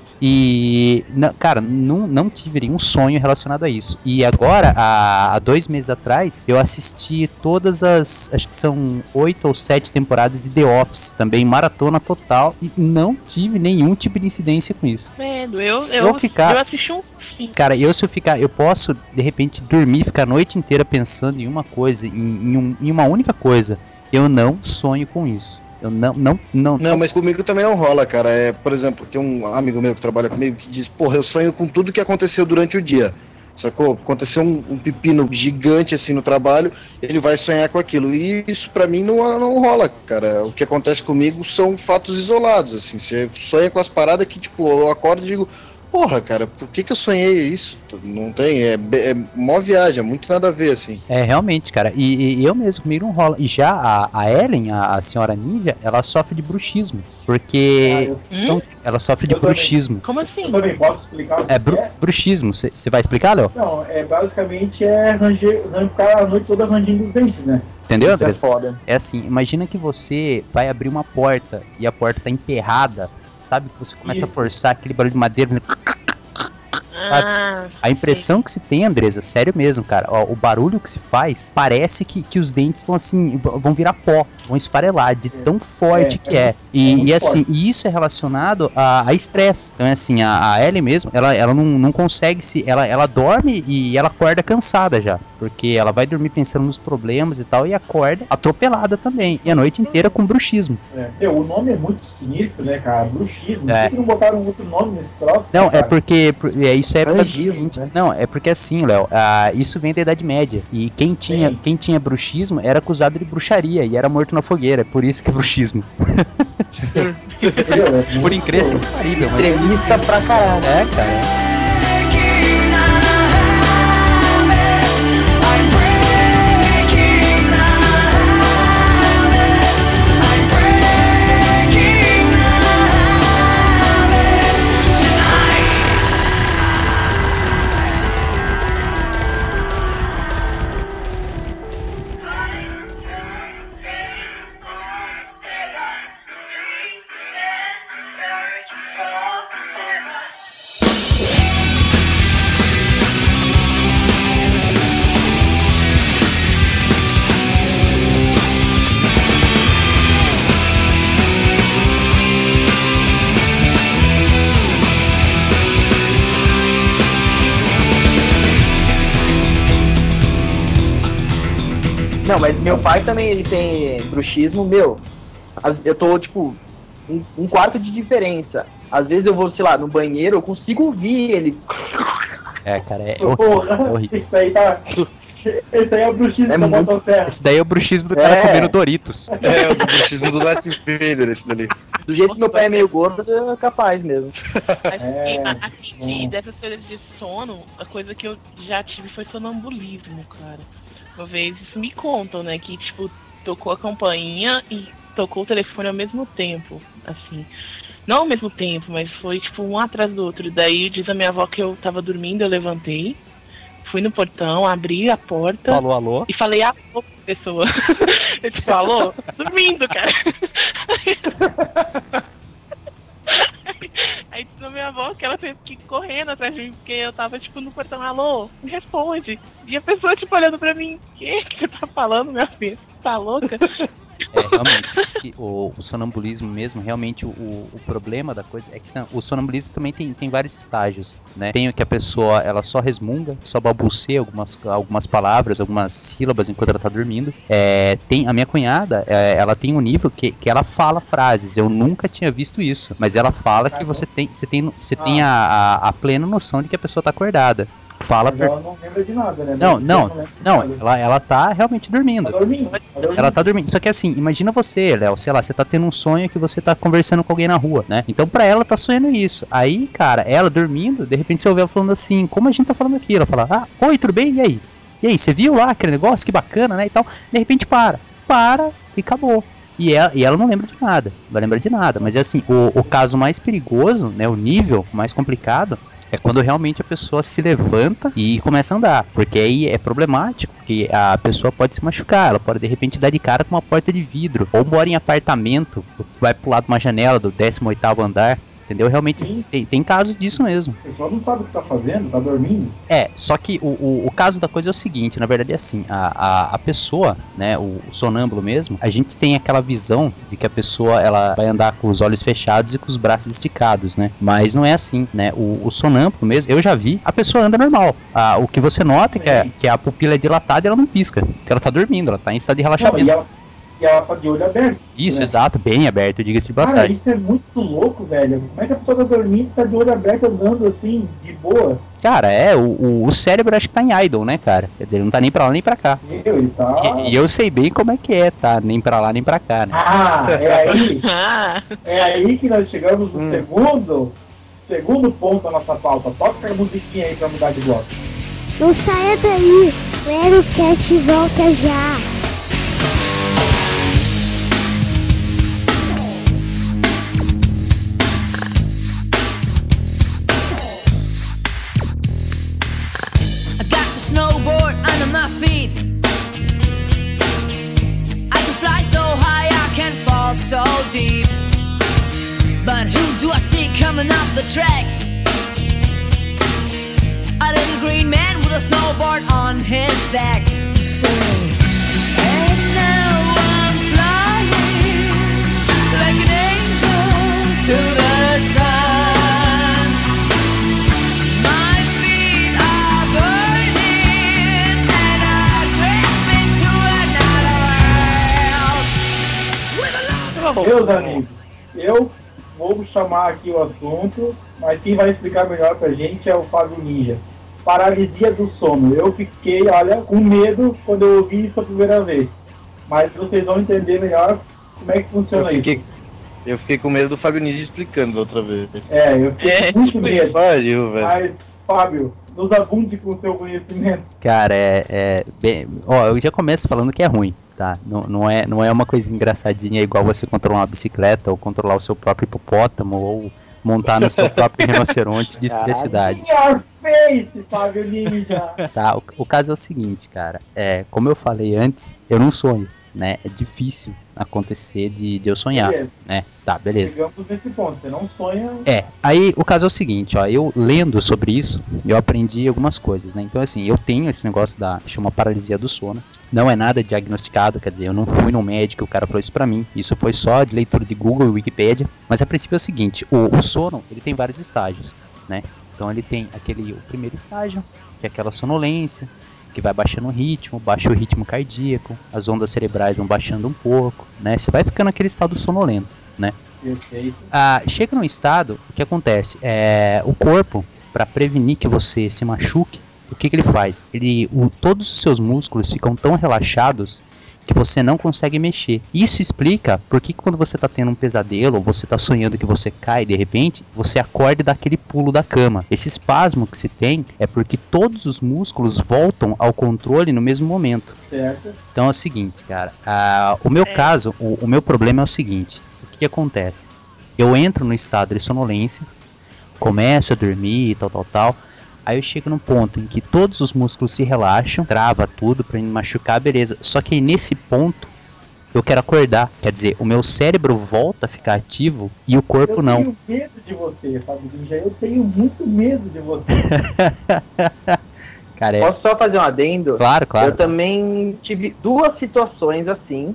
E, na- cara, não, não tive nenhum sonho relacionado a isso. E agora, há, há dois meses atrás, eu assisti todas as, acho que são oito ou sete temporadas de The Office, também maratona total, e não tive nenhum tipo de incidência com isso. Vendo, eu, Se eu, eu ficar- eu assisti um fim. Cara, eu se eu ficar, eu posso de repente dormir, ficar a noite inteira pensando em uma coisa, em, em um- em uma única coisa. Eu não sonho com isso. Eu não, não, não. Não, mas comigo também não rola, cara. É, por exemplo, tem um amigo meu que trabalha comigo que diz, porra, eu sonho com tudo que aconteceu durante o dia. Sacou? Aconteceu um, um pepino gigante assim no trabalho, ele vai sonhar com aquilo. E isso pra mim não, não rola, cara. O que acontece comigo são fatos isolados, assim. Você sonha com as paradas que, tipo, eu acordo e digo, porra, cara, por que que eu sonhei isso? Não tem, é, é mó viagem, é muito nada a ver, assim. É, realmente, cara. E, e eu mesmo, comigo não rola. E já a, a Ellen, a, a senhora ninja, ela sofre de bruxismo. Porque Ah, eu, então, ela sofre de Eu também. bruxismo. Como eu assim? também posso explicar o que É, bru é? bruxismo. Você vai explicar, Léo? Não, é basicamente é ranger, ficar a noite toda rangendo os dentes, né? Entendeu, Isso é André? foda. É assim, imagina que você vai abrir uma porta e a porta tá emperrada. Sabe que você começa Isso. a forçar aquele barulho de madeira. Ah, A impressão que se tem, Andresa, sério mesmo, cara, ó, o barulho que se faz, parece que, que os dentes vão assim, v- vão virar pó, vão esfarelar, de tão forte É, que é é. E, é muito e assim, forte. e isso é relacionado a a estresse. Então é assim, a, a Ellie mesmo, ela, ela não, não consegue se. Ela, ela dorme e ela acorda cansada já. Porque ela vai dormir pensando nos problemas e tal, e acorda atropelada também. E a noite inteira com bruxismo. É. Meu, o nome é muito sinistro, né, cara? Bruxismo. É. Por que não botaram outro nome nesse troço? Não, é cara? porque. por- É, isso é época do Angismo, seguinte. né? Não, é porque assim, Léo, ah, isso vem da Idade Média. E quem tinha, Sim. quem tinha bruxismo era acusado de bruxaria e era morto na fogueira. Por isso que é bruxismo. Entendeu? É muito Por incrível que parível, mas. Extremista pra caralho. É, cara. Não, mas meu pai também, ele tem bruxismo, meu. as- Eu tô, tipo, um, um quarto de diferença. Às vezes eu vou, sei lá, no banheiro, eu consigo ouvir ele. É, cara, é horrível. Porra, é horrível. isso aí tá. Esse aí é o bruxismo É da muito- motosserra. Esse daí é o bruxismo do cara É. comendo Doritos. É, o bruxismo do Darth Vader, esse dali. Do jeito que meu pai é meio gordo, é capaz mesmo. Assim, É. a- assim, de- dessas coisas de sono, a coisa que eu já tive foi sonambulismo, cara. Uma vez, isso me contam, né, que, tipo, tocou a campainha e tocou o telefone ao mesmo tempo, assim. Não ao mesmo tempo, mas foi tipo um atrás do outro. Daí diz a minha avó que eu tava dormindo, eu levantei, fui no portão, abri a porta. Falou alô? E falei alô pra pessoa. Eu tipo, alô? Dormindo, cara. Aí disse a minha avó que ela teve que ir correndo atrás de mim, porque eu tava tipo no portão, alô, me responde. E a pessoa tipo olhando pra mim, o que que você tá falando, minha filha? Tá louca? É, realmente, diz que o, o sonambulismo mesmo, realmente o, o problema da coisa é que não, o sonambulismo também tem, tem vários estágios, né? Tem o que a pessoa, ela só resmunga, só balbuceia algumas, algumas palavras, algumas sílabas enquanto ela tá dormindo. É, tem, a minha cunhada, é, ela tem um nível que, que ela fala frases, eu nunca tinha visto isso, mas ela fala que você tem, você tem, você ah. tem a, a, a plena noção de que a pessoa tá acordada. Fala Mas ela não lembra de nada, né? Não, não, não, não ela, ela tá realmente dormindo. Tá dormindo, tá dormindo. Ela tá dormindo. Só que assim, imagina você, Léo, sei lá, você tá tendo um sonho que você tá conversando com alguém na rua, né? Então pra ela tá sonhando isso. Aí, cara, ela dormindo, de repente você ouve ela falando assim, como a gente tá falando aqui? Ela fala, ah, oi, tudo bem? E aí? E aí, você viu lá aquele negócio? Que bacana, né? E tal. De repente para. Para e acabou. E ela, e ela não lembra de nada. Não vai lembrar de nada. Mas é assim, o, o caso mais perigoso, né? O nível mais complicado é quando realmente a pessoa se levanta e começa a andar, porque aí é problemático, porque a pessoa pode se machucar, ela pode de repente dar de cara com uma porta de vidro, ou mora em apartamento, vai pular de uma janela do décimo oitavo andar, entendeu? Realmente tem, tem casos disso mesmo. O pessoal não sabe o que tá fazendo, tá dormindo. É, só que o, o, o caso da coisa é o seguinte, na verdade é assim, a, a, a pessoa, né, o, o sonâmbulo mesmo, a gente tem aquela visão de que a pessoa, ela vai andar com os olhos fechados e com os braços esticados, né, mas não é assim, né, o, o sonâmbulo mesmo, eu já vi, a pessoa anda normal, ah, o que você nota é que, é que a pupila é dilatada e ela não pisca, porque ela tá dormindo, ela tá em estado de relaxamento. Não, e ela tá de olho aberto. Isso, né? Exato, bem aberto, diga-se de Cara, passagem. isso é muito louco, velho. Como é que a pessoa tá dormindo e tá de olho aberto andando assim, de boa? Cara, é, o, o, o cérebro acho que tá em idle, né, cara? Quer dizer, ele não tá nem pra lá nem pra cá. Meu, ele tá... E, e eu sei bem como é que é, tá? Nem pra lá nem pra cá, né? Ah, é aí. É aí que nós chegamos no Hum. segundo, segundo ponto da nossa pauta. Toca a musiquinha aí pra mudar de bloco. Não saia daí, o Aerocast volta já. Snowboard under my feet. I can fly so high, I can fall so deep. But who do I see coming up the track? A little green man with a snowboard on his back. He said, and now I'm flying like an angel to the sun. Meus amigos, eu vou chamar aqui o assunto, mas quem vai explicar melhor pra gente é o Fábio Ninja. Paralisia do sono. Eu fiquei, olha, com medo quando eu ouvi isso a primeira vez. Mas vocês vão entender melhor como é que funciona eu fiquei, isso. Eu fiquei com medo do Fábio Ninja explicando outra vez. É, eu fiquei É, com muito medo. Pariu, velho. Mas, Fábio, nos abunde com o seu conhecimento. Cara, é, é bem, ó, eu já começo falando que é ruim, tá? Não, não, é, não é uma coisa engraçadinha igual você controlar uma bicicleta ou controlar o seu próprio hipopótamo ou montar no seu próprio rinoceronte de cidade. Your face, Fábio Ninja! Tá, o, o caso é o seguinte, cara, é, como eu falei antes, eu não sonho, né? É difícil acontecer de, de eu sonhar, Beleza. né? Tá, beleza. Chegamos nesse ponto, você não sonha... É, aí o caso é o seguinte, ó, eu lendo sobre isso, eu aprendi algumas coisas, né? Então assim, eu tenho esse negócio da, chama paralisia do sono, não é nada diagnosticado, quer dizer, eu não fui no médico, o cara falou isso pra mim, isso foi só de leitura de Google e Wikipedia, mas a princípio é o seguinte, o, o sono, ele tem vários estágios, né? Então ele tem aquele, o primeiro estágio, que é aquela sonolência, que vai baixando o ritmo, baixa o ritmo cardíaco, as ondas cerebrais vão baixando um pouco, né? Você vai ficando naquele estado sonolento, né? Perfeito. Ah, chega num estado, o que acontece? É, o corpo, para prevenir que você se machuque, o que, que ele faz? Ele, o, todos os seus músculos ficam tão relaxados que você não consegue mexer. Isso explica por que quando você tá tendo um pesadelo, ou você tá sonhando que você cai de repente, você acorda e dá aquele pulo da cama. Esse espasmo que se tem é porque todos os músculos voltam ao controle no mesmo momento. Certo. Então é o seguinte, cara, a, o meu É. caso, o, o meu problema é o seguinte, o que, que acontece? Eu entro no estado de sonolência, começo a dormir e tal, tal, tal, aí eu chego num ponto em que todos os músculos se relaxam, trava tudo pra me machucar, beleza. Só que aí nesse ponto eu quero acordar. Quer dizer, o meu cérebro volta a ficar ativo e o corpo Eu não. tenho medo de você, Fábio Ninja. Eu tenho muito medo de você. Cara, é... Posso só fazer um adendo? Claro, claro. Eu também tive duas situações assim,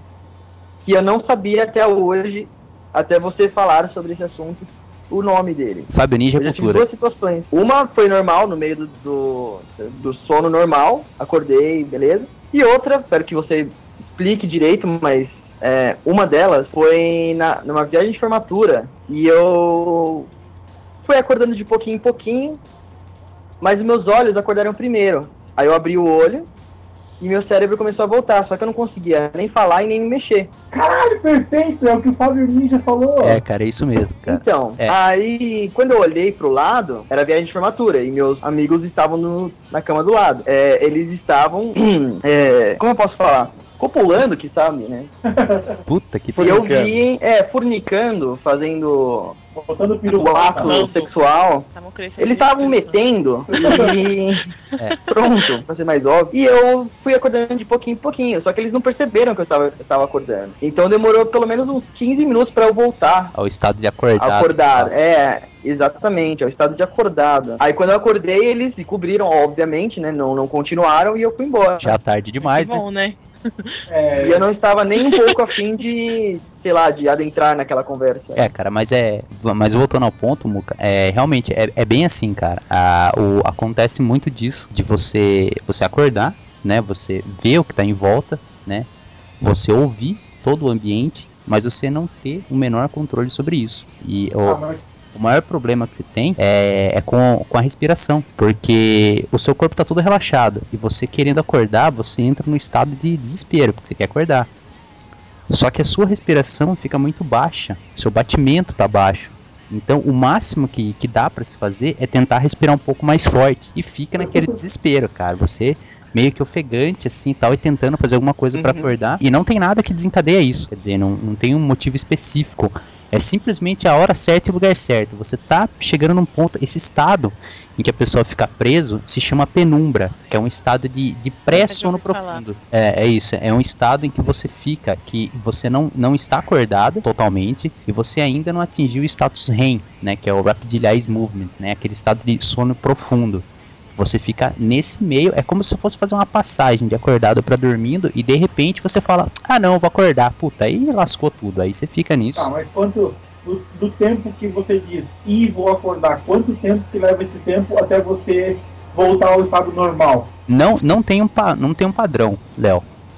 que eu não sabia até hoje, até você falar sobre esse assunto, o nome dele. Fábio Ninja Eu já tive Cultura. duas situações. Uma foi normal, no meio do, do, do sono normal, acordei, beleza. E outra, espero que você explique direito, mas é, uma delas foi na, numa viagem de formatura. E eu fui acordando de pouquinho em pouquinho, mas os meus olhos acordaram primeiro. Aí eu abri o olho e meu cérebro começou a voltar, só que eu não conseguia nem falar e nem me mexer. Caralho, perfeito! É o que o Fábio Ninja falou. É, cara, é isso mesmo, cara. Então, É. aí quando eu olhei pro lado, era viagem de formatura e meus amigos estavam no, na cama do lado. É, eles estavam, é, como eu posso falar? Copulando, que sabe, né? Puta que E eu pariu. vi, é, fornicando, fazendo Botando peru o ato Não. sexual. Estavam crescendo. Eles estavam metendo e É. pronto, pra ser mais óbvio. E eu fui acordando de pouquinho em pouquinho, só que eles não perceberam que eu estava, eu estava acordando. Então demorou pelo menos uns quinze minutos pra eu voltar Ao estado de acordado. a acordar. É, exatamente, é o estado de acordado. Aí quando eu acordei, eles se cobriram, obviamente, né? Não, não continuaram e eu fui embora. Já tarde demais, Que né? bom, né? É, E eu não estava nem um pouco afim de, sei lá, de adentrar naquela conversa. É, cara, mas é. Mas voltando ao ponto, Muca, é realmente é, é bem assim, cara. A, o, acontece muito disso, de você você acordar, né? Você ver o que tá em volta, né? Você ouvir todo o ambiente, mas você não ter o menor controle sobre isso. E o, ah, mas o maior problema que você tem é, é com, com a respiração, porque o seu corpo tá todo relaxado e você querendo acordar, você entra num estado de desespero, porque você quer acordar. Só que a sua respiração fica muito baixa, seu batimento tá baixo. Então o máximo que, que dá pra se fazer é tentar respirar um pouco mais forte e fica naquele desespero, cara. Você meio que ofegante assim e tal, e tentando fazer alguma coisa pra Uhum. acordar, e não tem nada que desencadeia isso, quer dizer, não, não tem um motivo específico. É simplesmente a hora certa e o lugar certo. Você tá chegando num ponto, esse estado em que a pessoa fica preso se chama penumbra, que é um estado de, de pré-sono Eu já ouvi falar. profundo. É, é isso, é um estado em que você fica, que você não, não está acordado totalmente e você ainda não atingiu o status R E M, né, que é o Rapid Eye Movement, né, aquele estado de sono profundo. Você fica nesse meio, é como se fosse fazer uma passagem de acordado pra dormindo e de repente você fala, ah não, eu vou acordar, puta, aí lascou tudo, aí você fica nisso. tá, mas quanto do, do tempo que você diz e vou acordar, quanto tempo que leva esse tempo até você voltar ao estado normal? Não, não tem um, pa- não tem um padrão, Léo.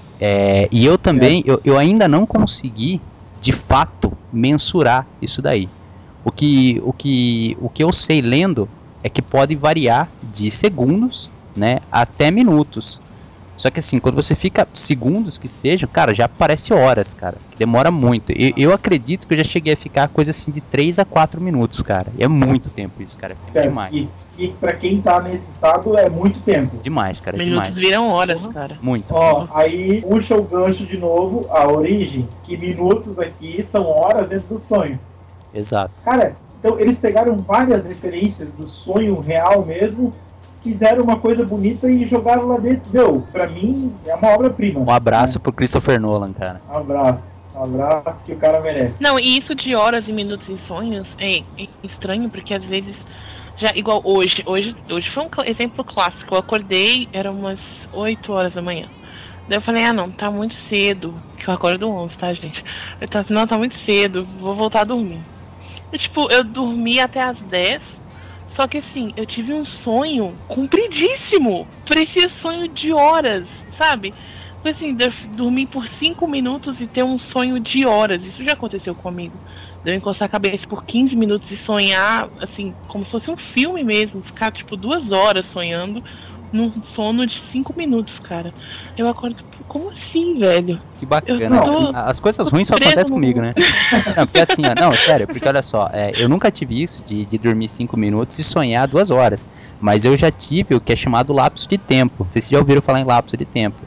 É, e eu também, eu, eu ainda não consegui, de fato, mensurar isso daí. O que, o que, o que eu sei lendo é que pode variar de segundos, né, até minutos. Só que assim, quando você fica segundos que sejam, cara, já parece horas, cara. Que demora muito. Eu, eu acredito que eu já cheguei a ficar coisa assim de três a quatro minutos, cara. E é muito tempo isso, cara. É Certo? demais. E, e pra quem tá nesse estado é muito tempo. Demais, cara. Minutos Demais. viram horas, cara. Muito. Ó, aí puxa o gancho de novo, a origem, que minutos aqui são horas dentro do sonho. Exato. Cara, então eles pegaram várias referências do sonho real mesmo, fizeram uma coisa bonita e jogaram lá dentro. Meu, pra mim é uma obra-prima. Um abraço pro Christopher Nolan, cara. Um abraço. Um abraço que o cara merece. Não, e isso de horas e minutos em sonhos é, é estranho, porque às vezes, já igual hoje, hoje, hoje foi um cl- exemplo clássico. Eu acordei, era umas oito horas da manhã. Daí eu falei, ah não, tá muito cedo, que eu acordo onze, tá, gente? Eu tava assim, não, tá muito cedo, vou voltar a dormir. E, tipo, eu dormi até as dez, só que assim, eu tive um sonho compridíssimo. Parecia sonho de horas, sabe? Foi assim, de eu dormir por cinco minutos e ter um sonho de horas. Isso já aconteceu comigo. De eu encostar a cabeça por quinze minutos e sonhar, assim, como se fosse um filme mesmo. Ficar, tipo, duas horas sonhando. num sono de cinco minutos, cara. Eu acordo, como assim, velho? Que bacana. tô- As coisas ruins só preso acontecem no- comigo, né? Não, porque assim, ó, não, sério, porque olha só, é, eu nunca tive isso de, de dormir cinco minutos e sonhar duas horas. Mas eu já tive o que é chamado lapso de tempo. Vocês já ouviram falar em lapso de tempo?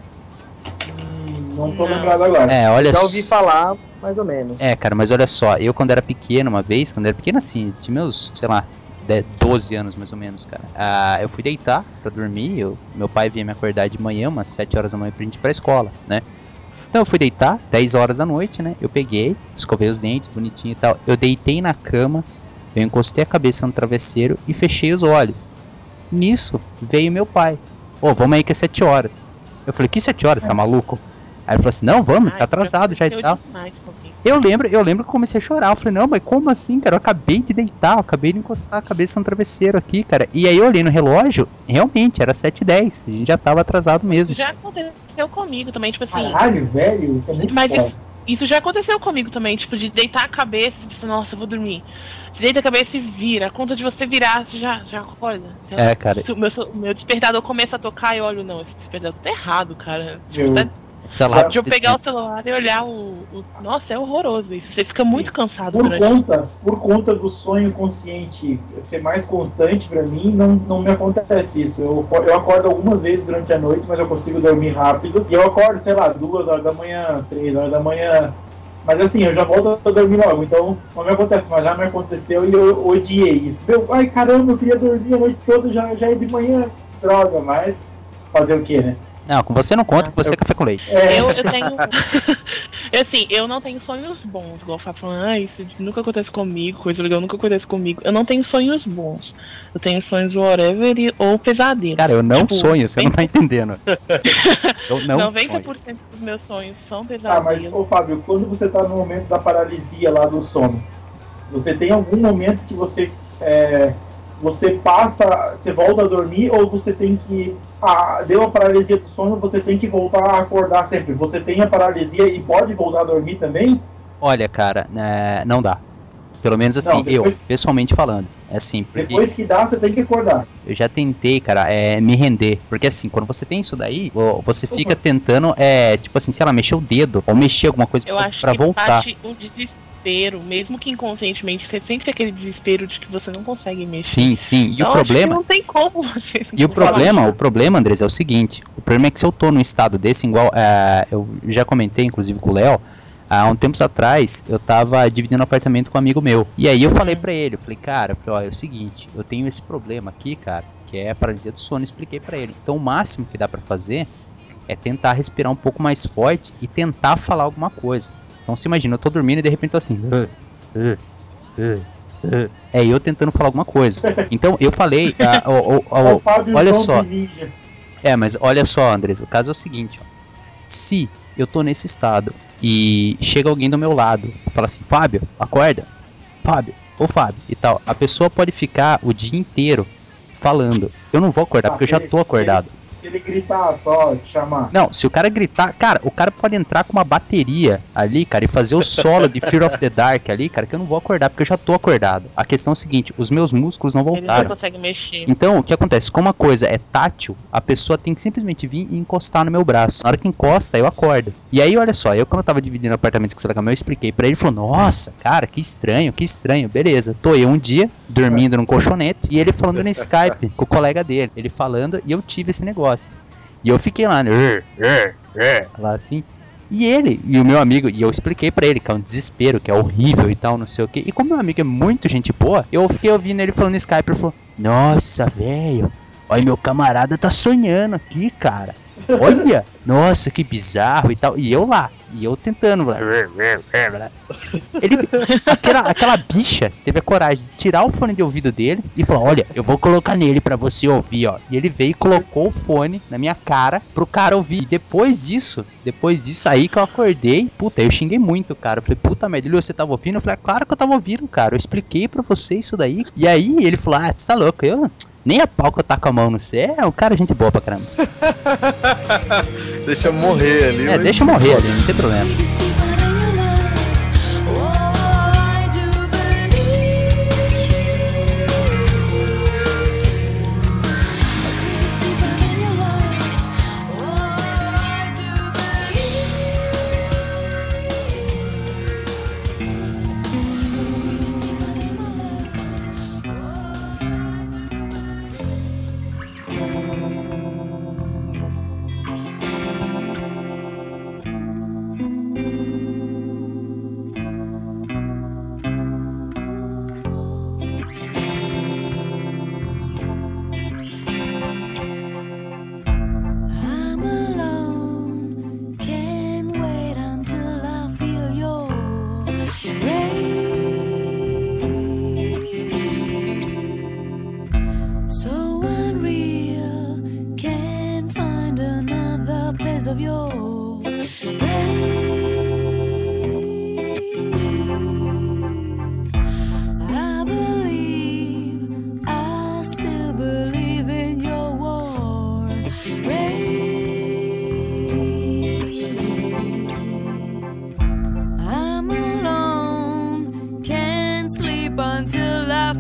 Hum, não tô Não. lembrado agora. É, olha Já ouvi só. falar, mais ou menos. É, cara, mas olha só, eu quando era pequeno, uma vez, quando era pequeno assim, tinha meus, sei lá, de- doze anos mais ou menos, cara. Ah, eu fui deitar pra dormir, eu, meu pai vinha me acordar de manhã, umas sete horas da manhã pra gente ir pra escola, né? Então eu fui deitar, dez horas da noite, né? Eu peguei, escovei os dentes, bonitinho e tal. Eu deitei na cama, eu encostei a cabeça no travesseiro e fechei os olhos. Nisso, veio meu pai. Ô, vamos aí que é sete horas. Eu falei, que sete horas, tá maluco? Aí ele falou assim, não, vamos, Ai, tá atrasado já e aconteceu tal. demais comigo. Eu lembro, eu lembro que eu comecei a chorar. Eu falei, não, mas como assim, cara? Eu acabei de deitar, eu acabei de encostar a cabeça no travesseiro aqui, cara. E aí eu olhei no relógio, realmente, era sete e dez. A gente já tava atrasado mesmo. Já aconteceu comigo também, tipo assim. Caralho, velho, isso é muito Mas foda. isso já aconteceu comigo também, tipo, de deitar a cabeça e pensar, nossa, eu vou dormir. Você deita a cabeça e vira. A conta de você virar, você já, já acorda. Já- É, cara. Se o meu, o meu despertador começa a tocar e eu olho, não, esse despertador tá errado, cara. Tipo, Eu- tá- Sei lá, Deixa eu pegar o celular e olhar o, o- Nossa, é horroroso isso. Você fica muito cansado Por durante. conta, por conta do sonho consciente ser mais constante pra mim, não, não me acontece isso. Eu, eu acordo algumas vezes durante a noite, mas eu consigo dormir rápido. E eu acordo, sei lá, duas horas da manhã, três horas da manhã. Mas assim, eu já volto a dormir logo, então não me acontece, mas já me aconteceu e eu odiei isso. Meu, ai caramba, eu queria dormir a noite toda, já, já é de manhã. Droga, mas fazer o que, né? Não, com você não conta, que você é café com leite. É, Eu, eu tenho. Eu, assim, eu não tenho sonhos bons, igual o Fábio falando, ah, isso nunca acontece comigo, coisa legal nunca acontece comigo. Eu não tenho sonhos bons. Eu tenho sonhos whatever e- ou pesadelo. Cara, eu não Tipo, sonho, você não tá entendendo. Eu não noventa sonho. por cento dos meus sonhos são Ah, mas, pesadelos. ô Fábio, quando você tá no momento da paralisia lá do sono, você tem algum momento que você é, você passa, você volta a dormir ou você tem que, ah, deu a paralisia do sono, você tem que voltar a acordar sempre? Você tem a paralisia e pode voltar a dormir também? Olha, cara, é, não dá. Pelo menos assim, Não, depois- eu, pessoalmente falando. É assim, porque Depois que dá, você tem que acordar. eu já tentei, cara, é, me render. Porque assim, quando você tem isso daí, vo- você fica Uhum. tentando, é, tipo assim, sei lá, mexer o dedo ou mexer alguma coisa Eu pra, acho pra que voltar. parte o desespero, mesmo que inconscientemente, você sente aquele desespero de que você não consegue mexer. Sim, sim. E Então, o acho que problema. não tem como você. E o problema, o problema, Andres, é o seguinte, o problema é que se eu tô num estado desse, igual, é, eu já comentei, inclusive, com o Léo, há um tempos atrás, eu tava dividindo um apartamento com um amigo meu, e aí eu falei pra ele, eu falei, cara, eu falei, ó, é o seguinte, eu tenho esse problema aqui, cara, que é a paralisia do sono, expliquei pra ele, então o máximo que dá pra fazer é tentar respirar um pouco mais forte e tentar falar alguma coisa. Então você imagina, eu tô dormindo e de repente tô assim, "Uh, uh, uh, uh." é eu tentando falar alguma coisa. Então eu falei, ah, ó, ó, ó, O Fábio olha João só. de Ninja. É, mas olha só, Andres, o caso é o seguinte, ó. Se eu tô nesse estado e chega alguém do meu lado e fala assim, Fábio, acorda, Fábio, ô Fábio, e tal, a pessoa pode ficar o dia inteiro falando. Eu não vou acordar, Ah, porque eu se já ele- tô se acordado. ele- Se ele gritar só, te chamar. Não, se o cara gritar, cara, o cara pode entrar com uma bateria ali, cara, e fazer o solo de Fear of the Dark ali, cara, que eu não vou acordar, porque eu já tô acordado. A questão é a seguinte, os meus músculos não Ele não voltaram. consegue mexer. Então, o que acontece? Como a coisa é tátil, a pessoa tem que simplesmente vir e encostar no meu braço. Na hora que encosta, eu acordo. E aí, olha só, eu quando eu tava dividindo o apartamento com o colega meu, eu expliquei pra ele, ele falou, nossa, cara, que estranho, que estranho. Beleza, tô eu um dia, dormindo num colchonete, e ele falando no Skype com o colega dele. Ele falando, e eu tive esse negócio. E eu fiquei lá, né, "Ur, ur, ur", lá assim. E ele, e o meu amigo, e eu expliquei pra ele que é um desespero, que é horrível e tal, não sei o que. E como meu amigo é muito gente boa, eu fiquei ouvindo ele falando no Skype, ele falou, nossa, velho, olha, meu camarada tá sonhando aqui, cara. Olha, nossa, que bizarro e tal. E eu lá, e eu tentando. Blá, blá, blá, blá. Ele, aquela, aquela bicha teve a coragem de tirar o fone de ouvido dele e falou, olha, eu vou colocar nele pra você ouvir, ó. E ele veio e colocou o fone na minha cara pro cara ouvir. E depois disso, depois disso aí que eu acordei, puta, eu xinguei muito, cara. Eu falei, puta merda, ele, você tava ouvindo? Eu falei, ah, claro que eu tava ouvindo, cara. Eu expliquei pra você isso daí. E aí ele falou, ah, você tá louco, eu... Nem a pau que eu taco a mão no céu, é um cara gente boa pra caramba. Deixa eu morrer ali. É, mas- deixa eu morrer ali, não tem problema. Deep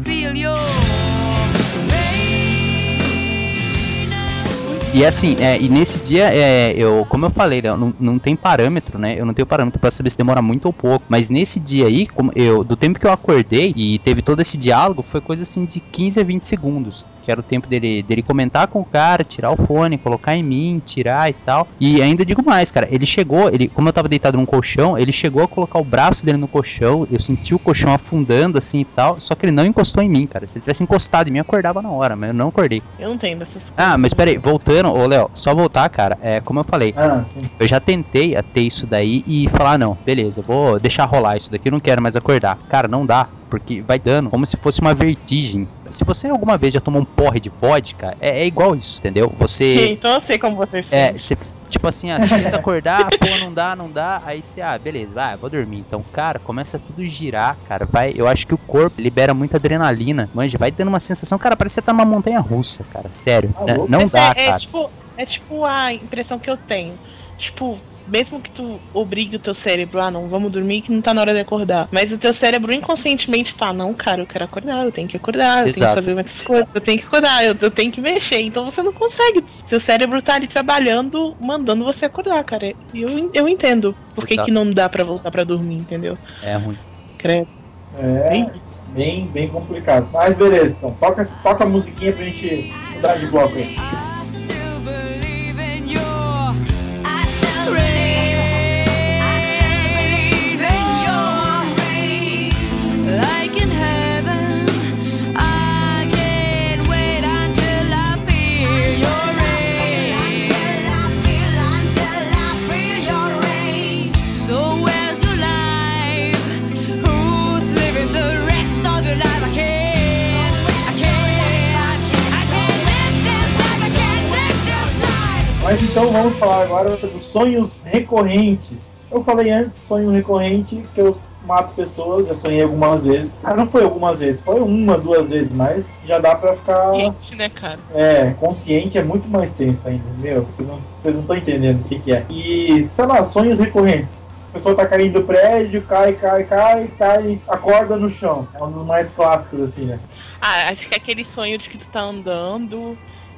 feel your E assim, é, e nesse dia, é, eu, como eu falei, né, não, não tem parâmetro, né? Eu não tenho parâmetro pra saber se demora muito ou pouco. Mas nesse dia aí, como eu, do tempo que eu acordei e teve todo esse diálogo, foi coisa assim de quinze a vinte segundos. Que era o tempo dele, dele comentar com o cara, tirar o fone, colocar em mim, tirar e tal. E ainda digo mais, cara, ele chegou, ele, como eu tava deitado num colchão, ele chegou a colocar o braço dele no colchão, eu senti o colchão afundando assim e tal, só que ele não encostou em mim, cara. Se ele tivesse encostado em mim, eu acordava na hora, mas eu não acordei. Eu não tenho dessas coisas. Ah, mas peraí, voltando, ô Léo, só voltar, cara, é como eu falei, Ah, sim. eu já tentei a ter isso daí e falar, não, beleza, vou deixar rolar isso daqui, eu não quero mais acordar. Cara, não dá, porque vai dando como se fosse uma vertigem. Se você alguma vez já tomou um porre de vodka, é, é igual isso, entendeu? Você... Então eu sei como você É, você, tipo assim, ah, você tenta acordar, pô, não dá, não dá, aí você, ah, beleza, vai, vou dormir. Então, cara, começa tudo a girar, cara, vai, eu acho que o corpo libera muita adrenalina, manja, vai dando uma sensação, cara, parece que você tá numa montanha russa, cara, sério, Ah, né? louco. Não Mas dá, é, é cara. tipo, é tipo a impressão que eu tenho. Tipo, mesmo que tu obrigue o teu cérebro, ah, não, vamos dormir que não tá na hora de acordar. Mas o teu cérebro inconscientemente fala, não, cara, eu quero acordar, eu tenho que acordar, eu Exato. tenho que fazer outras coisas, eu tenho que acordar, eu, eu tenho que mexer. Então você não consegue. Seu cérebro tá ali trabalhando, mandando você acordar, cara. E eu, eu entendo por que, Exato. que não dá pra voltar pra dormir, entendeu? É ruim. Credo. É bem, bem complicado. Mas beleza, então. Toca, toca a musiquinha pra gente mudar de bloco aí. I still believe in you. I still believe. I still believe in your rain. Like in heaven, I can't wait until I feel your rain. Until I feel, until I feel your rain. So where's your life? Who's living the rest of your life? I can't. I can't. I can't live this life. I can't live this life. Mas então vamos falar agora dos sonhos recorrentes. Eu falei antes, sonho recorrente, que eu mato pessoas, já sonhei algumas vezes. Ah, não foi algumas vezes, foi uma, duas vezes, mas já dá pra ficar Gente, né, cara? é, consciente, é muito mais tenso ainda. Meu, vocês não vocês não estão entendendo o que, que é. E, sei lá, sonhos recorrentes. A pessoa tá caindo do prédio, cai, cai, cai, cai, acorda no chão. É um dos mais clássicos, assim, né? Ah, acho que é aquele sonho de que tu tá andando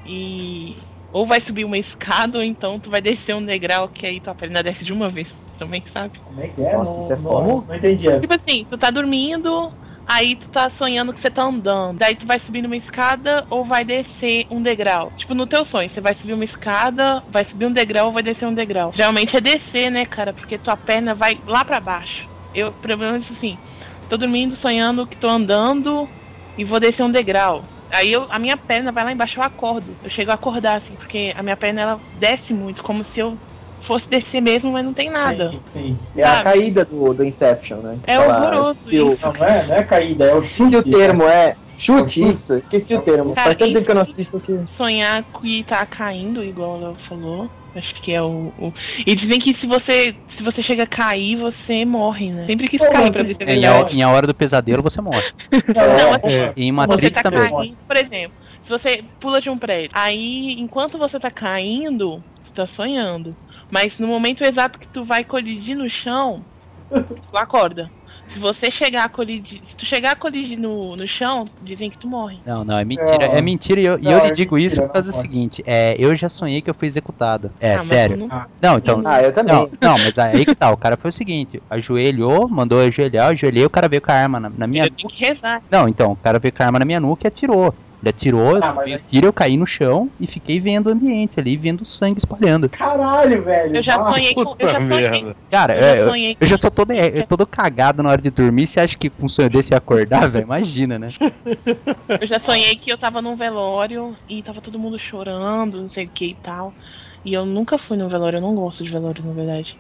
e ou vai subir uma escada ou então tu vai descer um degrau que aí tua perna desce de uma vez também, sabe? Como é que é? Nossa, não, isso é não, como? não entendi essa. Tipo assim, tu tá dormindo, aí tu tá sonhando que você tá andando, daí tu vai subir numa escada ou vai descer um degrau. Tipo, no teu sonho, você vai subir uma escada, vai subir um degrau ou vai descer um degrau. Geralmente é descer, né, cara? Porque tua perna vai lá pra baixo. Eu, pelo menos assim, tô dormindo, sonhando que tô andando e vou descer um degrau. Aí eu, a minha perna vai lá embaixo, eu acordo. Eu chego a acordar, assim, porque a minha perna, ela desce muito, como se eu fosse descer mesmo, mas não tem nada. Sim, sim. É a Sabe? caída do, do Inception, né? É Fala, horroroso esqueci o- isso. Não, não é, não é caída, é o chute. Esqueci o termo, é. Chute, É o chute. isso, esqueci É o o termo. chute. Faz tanto tempo que eu não assisto que. Sonhar que tá caindo, igual o Léo falou. Acho que é o, o- E dizem que se você se você chega a cair, você morre, né? Sempre quis Pô, cair mas pra se- ver se é É, em, verdade. a, em a hora do pesadelo você morre. Não, assim, É. E em você Matrix tá também. caindo, por exemplo, se você pula de um prédio, aí enquanto você tá caindo, você tá sonhando. Mas no momento exato que tu vai colidir no chão, tu acorda. Se você chegar a colidir, se tu chegar a colidir no, no chão, dizem que tu morre. Não, não, é mentira. Não. É mentira e eu, e Não, eu lhe é digo mentira, isso por causa do não pode. seguinte: é, eu já sonhei que eu fui executado. É, Ah, mas sério. tu não- Não, então. Ah, eu também. Não, não, mas aí que tá, o cara foi o seguinte, ajoelhou, mandou eu ajoelhar, eu ajoelhei, o cara veio com a arma na, na minha Eu tenho que rezar. Não, então, o cara veio com a arma na minha nuca e atirou. Ele atirou, Ah, mas veio aí- tiro, eu caí no chão e fiquei vendo o ambiente ali, vendo o sangue espalhando. Caralho, velho. Eu já Ah, sonhei com. Eu já Puta sonhei. merda. Cara, Eu já é, eu, sonhei. eu já sou todo, é, todo cagado na hora de dormir, você acha que com um sonho desse ia acordar, velho? Imagina, né? Eu já sonhei que eu tava num velório e tava todo mundo chorando, não sei o que e tal. E eu nunca fui num velório, eu não gosto de velório, na verdade.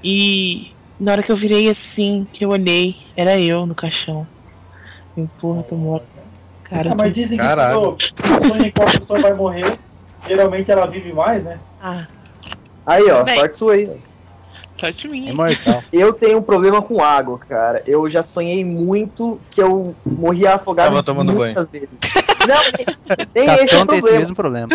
E na hora que eu virei assim, que eu olhei, era eu no caixão. Eu, porra, tô morto. Cara, Ah, mas tô... dizem que Caralho. quando sonha que a pessoa vai morrer, geralmente ela vive mais, né? ah, Aí, ó, Bem. sorte sua aí. sorte É minha. imortal. Eu tenho um problema com água, cara. Eu já sonhei muito que eu morria afogado Tava tomando muitas vezes. Não, tem esse Cascão tem esse problema. mesmo problema.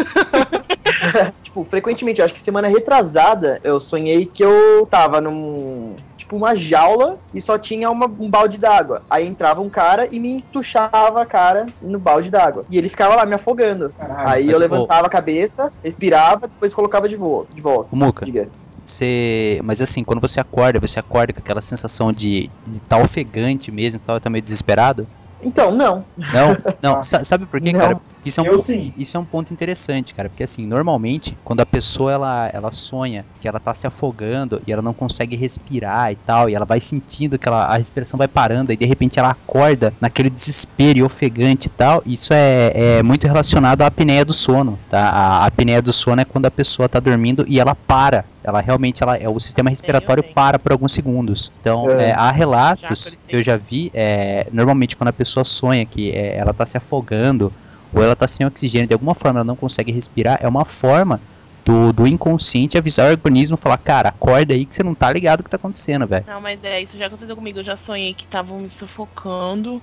Tipo, frequentemente, eu acho que semana retrasada eu sonhei que eu tava num. Tipo, tipo uma jaula e só tinha uma, um balde d'água. Aí entrava um cara e me entuchava a cara no balde d'água. E ele ficava lá me afogando. Caralho. Aí Mas, eu levantava a cabeça, respirava, depois colocava de, vo de volta. O Muca, Diga. você... Mas assim, quando você acorda, você acorda com aquela sensação de estar tá ofegante mesmo, tá, tá meio desesperado? Então, não. Não, não. Sa- sabe por quê, Não. cara? Isso é, um Eu po- sim. isso é um ponto interessante, cara. Porque assim, normalmente, quando a pessoa ela, ela sonha que ela tá se afogando e ela não consegue respirar e tal, e ela vai sentindo que ela, a respiração vai parando, e de repente ela acorda naquele desespero e ofegante e tal, isso é, é muito relacionado à apneia do sono, tá? A, a apneia do sono é quando a pessoa tá dormindo e ela para. Ela realmente, ela, é, o sistema respiratório sei. para por alguns segundos. Então, É. é, há relatos Já acreditei. que eu já vi, é, normalmente quando a pessoa sonha que é, ela tá se afogando, ou ela tá sem oxigênio, de alguma forma ela não consegue respirar, é uma forma do, do inconsciente avisar o organismo, falar, cara, acorda aí que você não tá ligado o que tá acontecendo, velho. Não, mas é, isso já aconteceu comigo. Eu já sonhei que estavam me sufocando.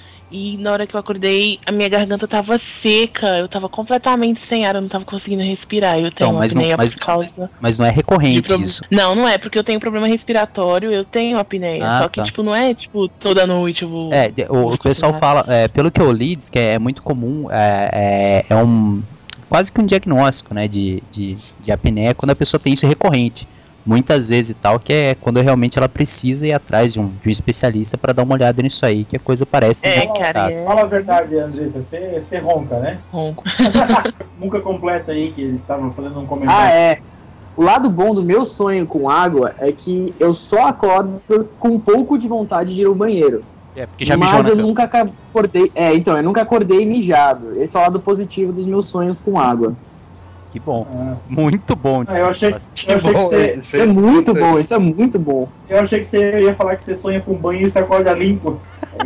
E na hora que eu acordei, a minha garganta tava seca. Eu tava completamente sem ar, eu não tava conseguindo respirar. Eu tenho Então, mas não- apneia mas- por causa. Mas não é de recorrente pro- isso. Não, não é, porque eu tenho problema respiratório, eu tenho apneia. Ah, só que, tá. tipo, não é, tipo, toda noite eu vou. É, de- o, o pessoal fala, é, pelo que eu li, diz que é muito comum, é, é, é um quase que um diagnóstico, né, de, de, de apneia quando a pessoa tem isso recorrente. Muitas vezes e tal, que é quando realmente ela precisa ir atrás de um, de um especialista para dar uma olhada nisso aí, que a coisa parece que É, não tá. cara, é Fala a verdade, Andressa, você, você ronca, né? ronco. Nunca completa aí que ele estava fazendo um Ah, comentário. é. O lado bom do meu sonho com água é que eu só acordo com um pouco de vontade de ir ao banheiro. É, porque já Mas mijou, né, eu Pel? nunca acordei. É, então, eu nunca acordei mijado. Esse é o lado positivo dos meus sonhos com água. Que bom. Ah, Muito bom. Ah, eu achei, Nossa. eu achei que você, Isso é muito bom, isso é muito bom. eu achei que você ia falar que você sonha com banho e você acorda limpo.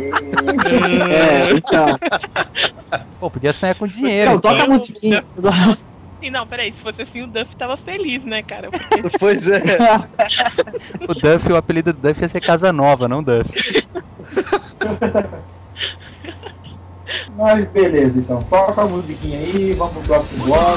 É, então. Pô, podia sonhar com dinheiro. Então, toca a musiquinha. Sim, não, peraí, se fosse assim, o Duff tava feliz, né, cara? Porque Pois é. O Duff, o apelido do Duff ia ser Casa Nova, não Duff. Mas beleza, então. Toca a musiquinha aí, vamos pro próximo bloco.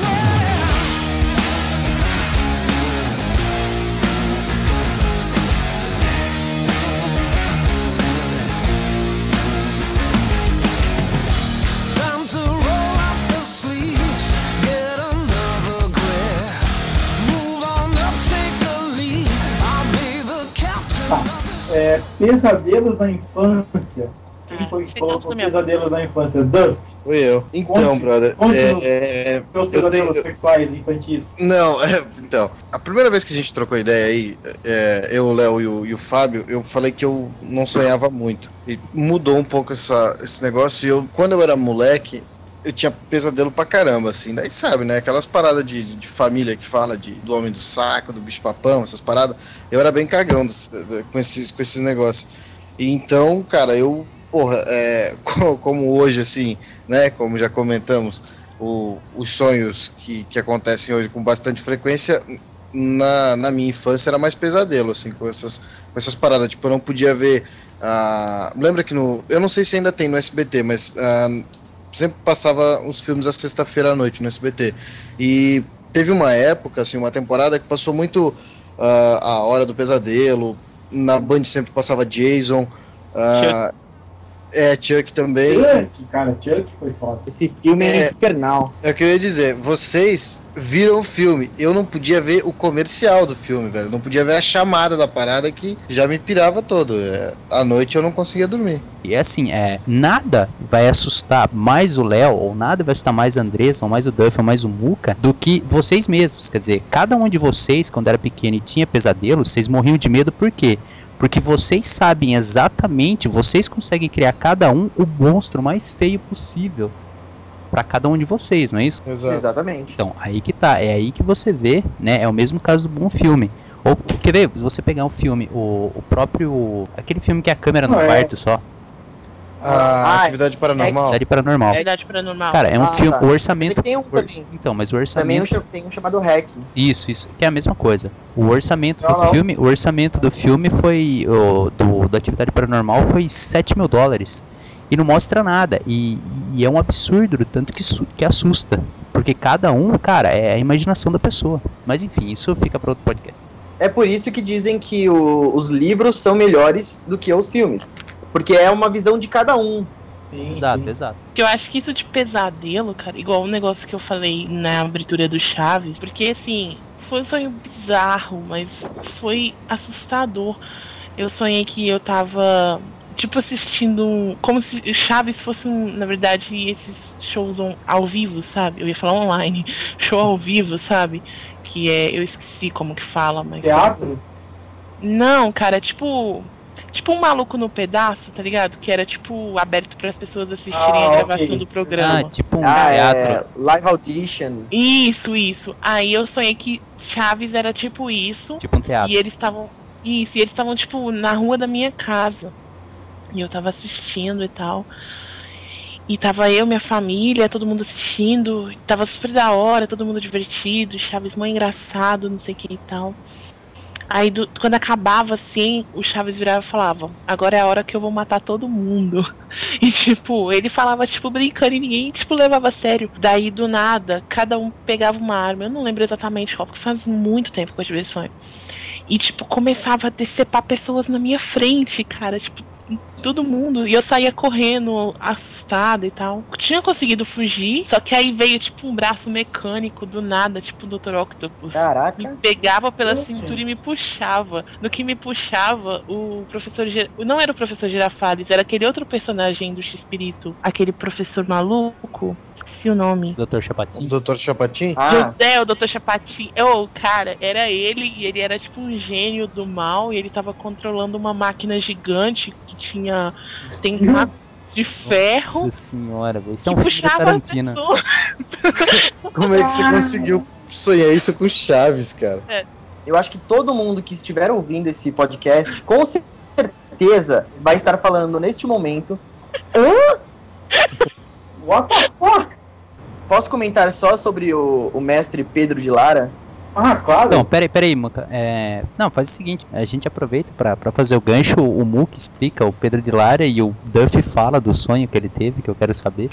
Time to roll up the sleeves, get another grip. Move on up, take the lead. I'll be the captain. É, pesadelos na infância. Quem foi que Chegamos colocou na minha pesadelos na infância? Duff. Foi eu. Então, Conte- brother. conte é, nos- é, Seus eu pesadelos tenho- sexuais infantis. Não, é, então, a primeira vez que a gente trocou ideia aí, é, eu, o Léo e o, e o Fábio, eu falei que eu não sonhava muito. E mudou um pouco essa, esse negócio. E eu, quando eu era moleque, eu tinha pesadelo pra caramba, assim. Daí sabe, né? Aquelas paradas de, de família que fala de, do homem do saco, do bicho papão, essas paradas. Eu era bem cagão dos- com esses, com esses negócios. E então, cara, eu, porra, é, co- como hoje, assim, né? Como já comentamos, o- os sonhos que, que acontecem hoje com bastante frequência, na, na minha infância era mais pesadelo, assim, com essas, com essas paradas. Tipo, eu não podia ver. ah, lembra que no. Eu não sei se ainda tem no S B T, mas ah, sempre passava os filmes à sexta-feira à noite no S B T. E teve uma época, assim, uma temporada que passou muito ah, a Hora do Pesadelo. Na Band sempre passava Jason. ah, é, Chuck também. Chuck, cara, Chuck foi foda. Esse filme é, É. infernal. É o que eu ia dizer, vocês viram o filme, eu não podia ver o comercial do filme, velho. Não podia ver a chamada da parada que já me pirava todo. É, à noite eu não conseguia dormir. E assim, é, nada vai assustar mais o Léo, ou nada vai assustar mais a Andressa, ou mais o Duff, ou mais o Muca, do que vocês mesmos. Quer dizer, cada um de vocês, quando era pequeno e tinha pesadelos, vocês morriam de medo por quê? Porque vocês sabem exatamente, vocês conseguem criar cada um o monstro mais feio possível pra cada um de vocês, não é isso? Exato. Exatamente. Então, aí que tá, é aí que você vê, né, é o mesmo caso do bom filme. Ou, quer ver, se você pegar um filme, o, o próprio, aquele filme que é a câmera no Não, é. quarto só, A Ah, atividade paranormal. Atividade Paranormal. Verdade paranormal. Cara, é um Ah, filme, tá. o orçamento... Tem um o- também. Então, mas o Também um orçamento... cha- tem um chamado Hack. Isso, isso, que é a mesma coisa. O orçamento Não, do não. filme, o orçamento do filme foi, o, do, da Atividade Paranormal foi sete mil dólares. E não mostra nada. E, e é um absurdo, tanto que, su- que assusta. Porque cada um, cara, é a imaginação da pessoa. Mas enfim, isso fica para outro podcast. é por isso que dizem que o- os livros são melhores do que os filmes. Porque é uma visão de cada um. Sim, Exato, sim. exato. Porque eu acho que isso de pesadelo, cara, igual o negócio que eu falei na abertura do Chaves, porque assim, foi um sonho bizarro, mas foi assustador. Eu sonhei que eu tava, tipo, assistindo um, como se Chaves fosse, um, na verdade, esses shows on- ao vivo, sabe? Eu ia falar online, show ao vivo, sabe? Que é, eu esqueci como que fala, mas... Teatro? Não, cara, tipo... Tipo um maluco no pedaço, tá ligado? Que era, tipo, aberto para as pessoas assistirem Ah, a gravação ok. do programa. Ah, tipo um Ah, teatro. é live audition. Isso, isso. Aí eu sonhei que Chaves era tipo isso. Tipo um teatro. E eles estavam. Isso, e eles estavam, tipo, na rua da minha casa. E eu tava assistindo e tal. E tava eu, minha família, todo mundo assistindo. E tava super da hora, todo mundo divertido. Chaves mó engraçado, não sei o que e tal. Aí do- quando acabava assim, o Chaves virava e falava, agora é a hora que eu vou matar todo mundo. E tipo, ele falava tipo brincando e ninguém tipo levava a sério. Daí do nada, cada um pegava uma arma, eu não lembro exatamente qual, porque faz muito tempo que eu tive esse sonho. E tipo, começava a decepar pessoas na minha frente, cara, tipo, todo mundo. E eu saía correndo, assustada e tal. Tinha conseguido fugir, só que aí veio tipo um braço mecânico do nada, tipo o doutor Octopus. Me Caraca. pegava pela Gente. cintura e me puxava. No que me puxava, o professor... Gir- Não era o professor Girafales, era aquele outro personagem do X-Espírito. Aquele professor maluco. Esqueci o nome. doutor Chapatin. O doutor Chapatin? Ah, É, o doutor Chapatin. Eu, cara, era ele e ele era tipo um gênio do mal e ele tava controlando uma máquina gigante que tinha tentáculos de ferro. Nossa senhora, velho. Isso é um que filme da puxava as Tarantino. pessoas. Como é que você conseguiu sonhar isso com Chaves, cara? eu acho que todo mundo que estiver ouvindo esse podcast, com certeza, vai estar falando neste momento. What the fuck? Posso comentar só sobre o, o mestre Pedro de Lara? Ah, claro. Então, peraí, peraí, Muca. É... Não, faz o seguinte, a gente aproveita pra, pra fazer o gancho, o Muca explica, o Pedro de Lara e o Duff fala do sonho que ele teve, que eu quero saber.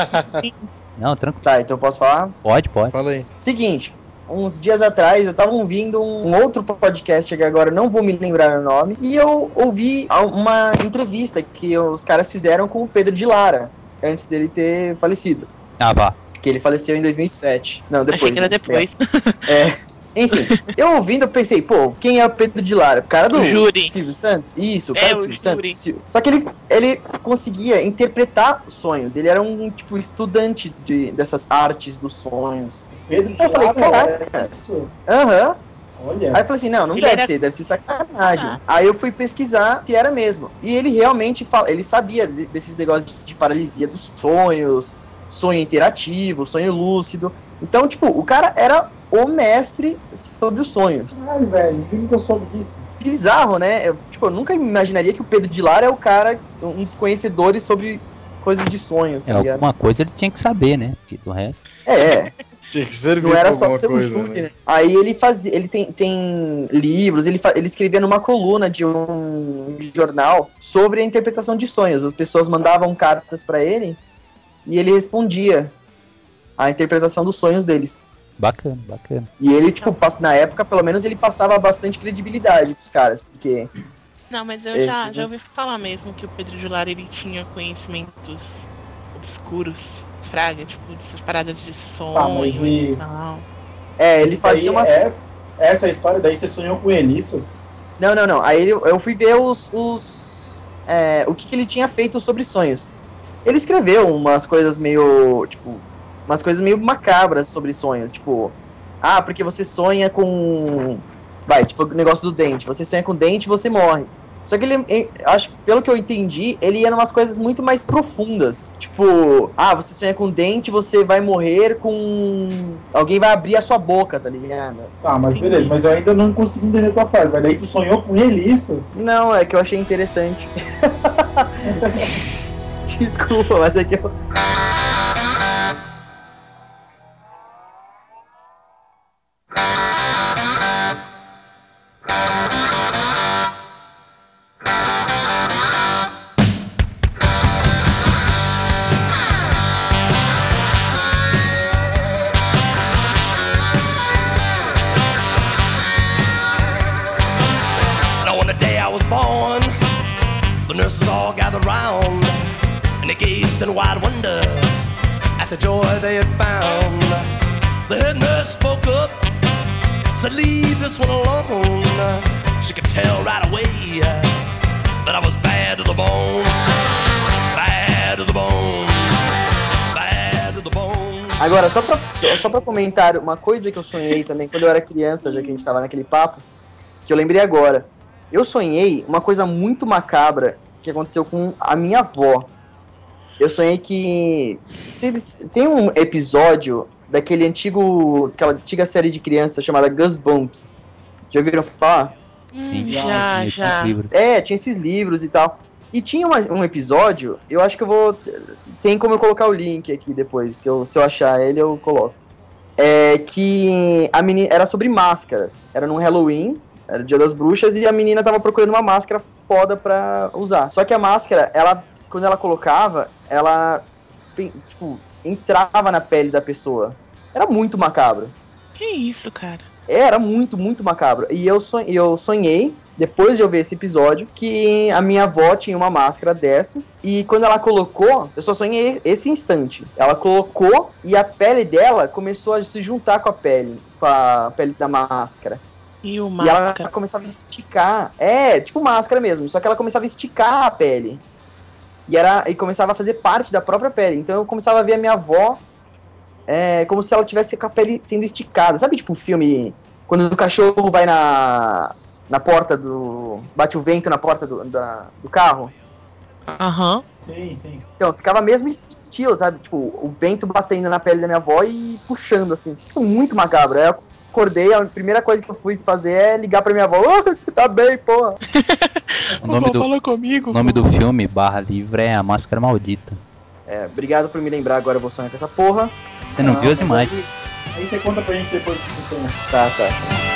Não, tranquilo. Tá, então eu posso falar? Pode, pode. Fala aí. Seguinte, uns dias atrás eu tava ouvindo um, um outro podcast que agora eu não vou me lembrar o nome, e eu ouvi a- uma entrevista que os caras fizeram com o Pedro de Lara, antes dele ter falecido. Ah, vá. Que ele faleceu em dois mil e sete. Não, depois. Achei que era né? depois. É. Enfim, eu ouvindo, eu pensei, pô, quem é o Pedro de Lara? O cara do O Júri. Silvio Santos? Isso, o É, cara do o Silvio Júri. Santos. Sil- Só que ele, ele conseguia interpretar sonhos. Ele era um, tipo, estudante de, dessas artes dos sonhos. Pedro de Eu falei, Lara, caraca. é isso? Aham. Olha. Aí eu falei assim, não, não Ele deve era- ser, deve ser sacanagem. Ah. Aí eu fui pesquisar se era mesmo. E ele realmente fala, ele sabia de- desses negócios de, de paralisia dos sonhos, sonho interativo, sonho lúcido. Então, tipo, o cara era o mestre sobre os sonhos. Caralho, velho, ninguém nunca soube disso. Bizarro, né? Eu, tipo, eu nunca imaginaria que o Pedro de Lara é o cara, um dos conhecedores sobre coisas de sonhos, É, tá ligado? alguma coisa ele tinha que saber, né? Porque do resto. É, Tinha que servir não pra era só alguma ser um coisa, chute, né? né? Aí ele fazia, ele tem, tem livros, ele, fa- ele escrevia numa coluna de um jornal sobre a interpretação de sonhos. As pessoas mandavam cartas pra ele e ele respondia a interpretação dos sonhos deles. Bacana, bacana. E ele, tipo, pass- na época, pelo menos, ele passava bastante credibilidade pros caras, porque... Não, mas eu É, já, né? já ouvi falar mesmo que o Pedro de Lara ele tinha conhecimentos obscuros, fraga, tipo, dessas paradas de sonho Tá, mas e- e tal. É, ele Isso daí fazia umas... é- Essa história daí, você sonhou com ele, isso? Não, não, não. Aí eu, eu fui ver os, os é, o que, que ele tinha feito sobre sonhos. Ele escreveu umas coisas meio, tipo, umas coisas meio macabras sobre sonhos, tipo, ah, porque você sonha com, vai, tipo, o negócio do dente. Você sonha com dente, você morre. Só que ele, ele- acho, pelo que eu entendi, ele ia numas coisas muito mais profundas. Tipo, ah, você sonha com dente, você vai morrer com, alguém vai abrir a sua boca, tá ligado? Tá, mas beleza, mas eu ainda não consegui entender a tua frase. Mas daí tu sonhou com ele, isso? Não, é que eu achei interessante. Desculpa, mas é que eu. all gathered round, and they gazed in wide wonder at the joy they had found. The head nurse spoke up, said, leave this one alone. She could tell right away that I was bad to the bone, bad to the bone, bad to the bone. Agora, só pra, só pra comentar uma coisa que eu sonhei também quando eu era criança, já que a gente tava naquele papo, que eu lembrei agora. Eu sonhei uma coisa muito macabra que aconteceu com a minha avó. Eu sonhei que... Se eles, tem um episódio daquele antigo... aquela antiga série de crianças chamada Goosebumps. Já ouviram falar? Sim, já, sim, já. Os livros. É, tinha esses livros e tal. E tinha uma, um episódio, eu acho que eu vou... Tem como eu colocar o link aqui depois, se eu, se eu achar ele eu coloco. É que a menina... Era sobre máscaras. Era no Halloween, era o Dia das Bruxas, e a menina tava procurando uma máscara foda pra usar. Só que a máscara, ela... Quando ela colocava, ela... Tipo, entrava na pele da pessoa. Era muito macabro. Que isso, cara? Era muito, muito macabro. E eu, son- eu sonhei, depois de eu ver esse episódio, que a minha avó tinha uma máscara dessas. E quando ela colocou, eu só sonhei esse instante. Ela colocou e a pele dela começou a se juntar com a pele, com a pele da máscara. E o E ela máscara? começava a esticar. É, tipo máscara mesmo. Só que ela começava a esticar a pele. E, era, e começava a fazer parte da própria pele. Então eu começava a ver a minha avó é, como se ela tivesse com a pele sendo esticada. Sabe, tipo, um filme... Quando o cachorro vai na, na porta do... Bate o vento na porta do, da, do carro. Aham. Sim, sim. Então, ficava mesmo estilo, sabe? Tipo, o vento batendo na pele da minha avó e puxando, assim. Tipo, muito macabro. Aí eu acordei, a primeira coisa que eu fui fazer é ligar pra minha avó. Ô, você tá bem, porra? O nome do, Fala comigo. o nome do filme, barra livre, é A Máscara Maldita. É, obrigado por me lembrar, agora eu vou sonhar com essa porra. Você não viu as mas imagens? Aí, aí você conta pra gente depois o que você sonhou. Tá, tá.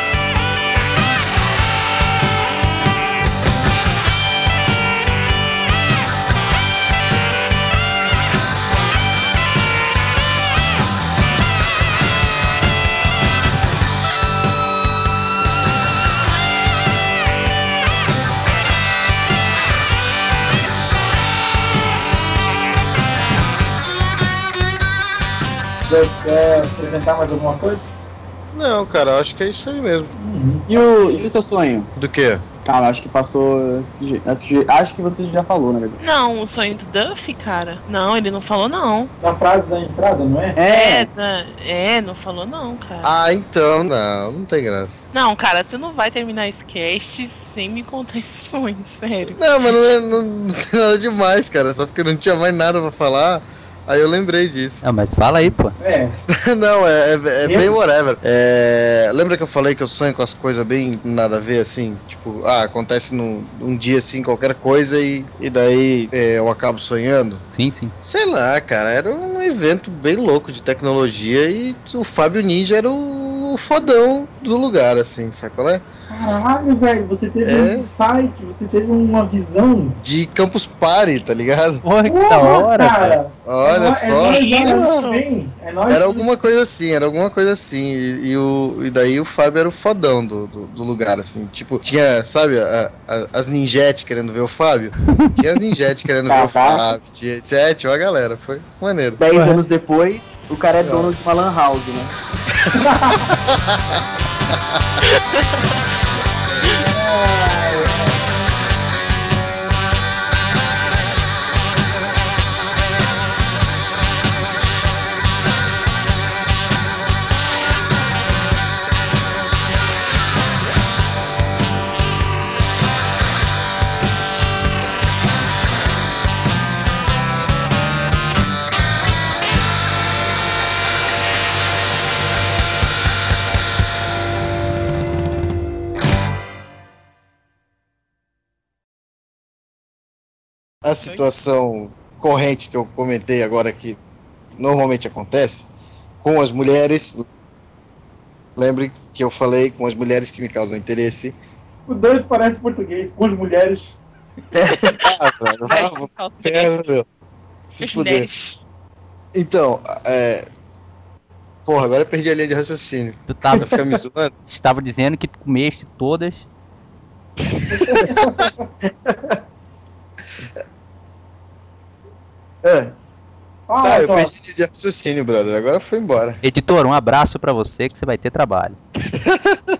Quer, quer apresentar mais alguma coisa? Não, cara, eu acho que é isso aí mesmo. Uhum. E o, e o seu sonho? Do quê? Calma, acho que passou. Acho que, acho que você já falou, na verdade. Não, o sonho do Duff, cara. Não, ele não falou não. Na frase da entrada, não é? É, da- é, não falou não, cara. Ah, então, não, não tem graça. Não, cara, você não vai terminar esse cast sem me contar esse sonho, sério. Não, mas não, é, não, não tem nada demais, cara, só porque não tinha mais nada pra falar. Aí eu lembrei disso. Ah, mas fala aí, pô. É. Não, é, é, é bem Eu? whatever. É, lembra que eu falei que eu sonho com as coisas bem nada a ver, assim? Tipo, ah, acontece num um dia assim, qualquer coisa e, e daí é, eu acabo sonhando? Sim, sim. Sei lá, cara, era um evento bem louco de tecnologia e o Fábio Ninja era o, o fodão do lugar, assim, sabe qual é? Caralho, velho, você teve É. um insight, você teve uma visão. De Campus Party, tá ligado? Porra, que Porra, da hora, cara. Olha é nó- só. É nóis, é nóis também. É nóis. Era alguma coisa assim, era alguma coisa assim. E, e o, e daí o Fábio era o fodão do, do, do lugar, assim. Tipo, tinha, sabe, a- a- as ninjete querendo ver o Fábio? Tinha as ninjete querendo ver o Fábio. Tinha, tinha, tinha uma galera, foi maneiro. Dez anos depois, o cara é dono de uma lan house, né? A situação corrente que eu comentei agora que normalmente acontece com as mulheres. Lembre que eu falei com as mulheres que me causam interesse. O doido parece português, com as mulheres. Ah, velho, vamos, ferro, meu. Se fuder. Então, é. Porra, agora eu perdi a linha de raciocínio. Tu tava, Você fica me zoando? estava dizendo que tu comeste todas. É. Ah, Tá, eu só. perdi de raciocínio, brother. Agora foi embora. Editor, um abraço pra você que você vai ter trabalho.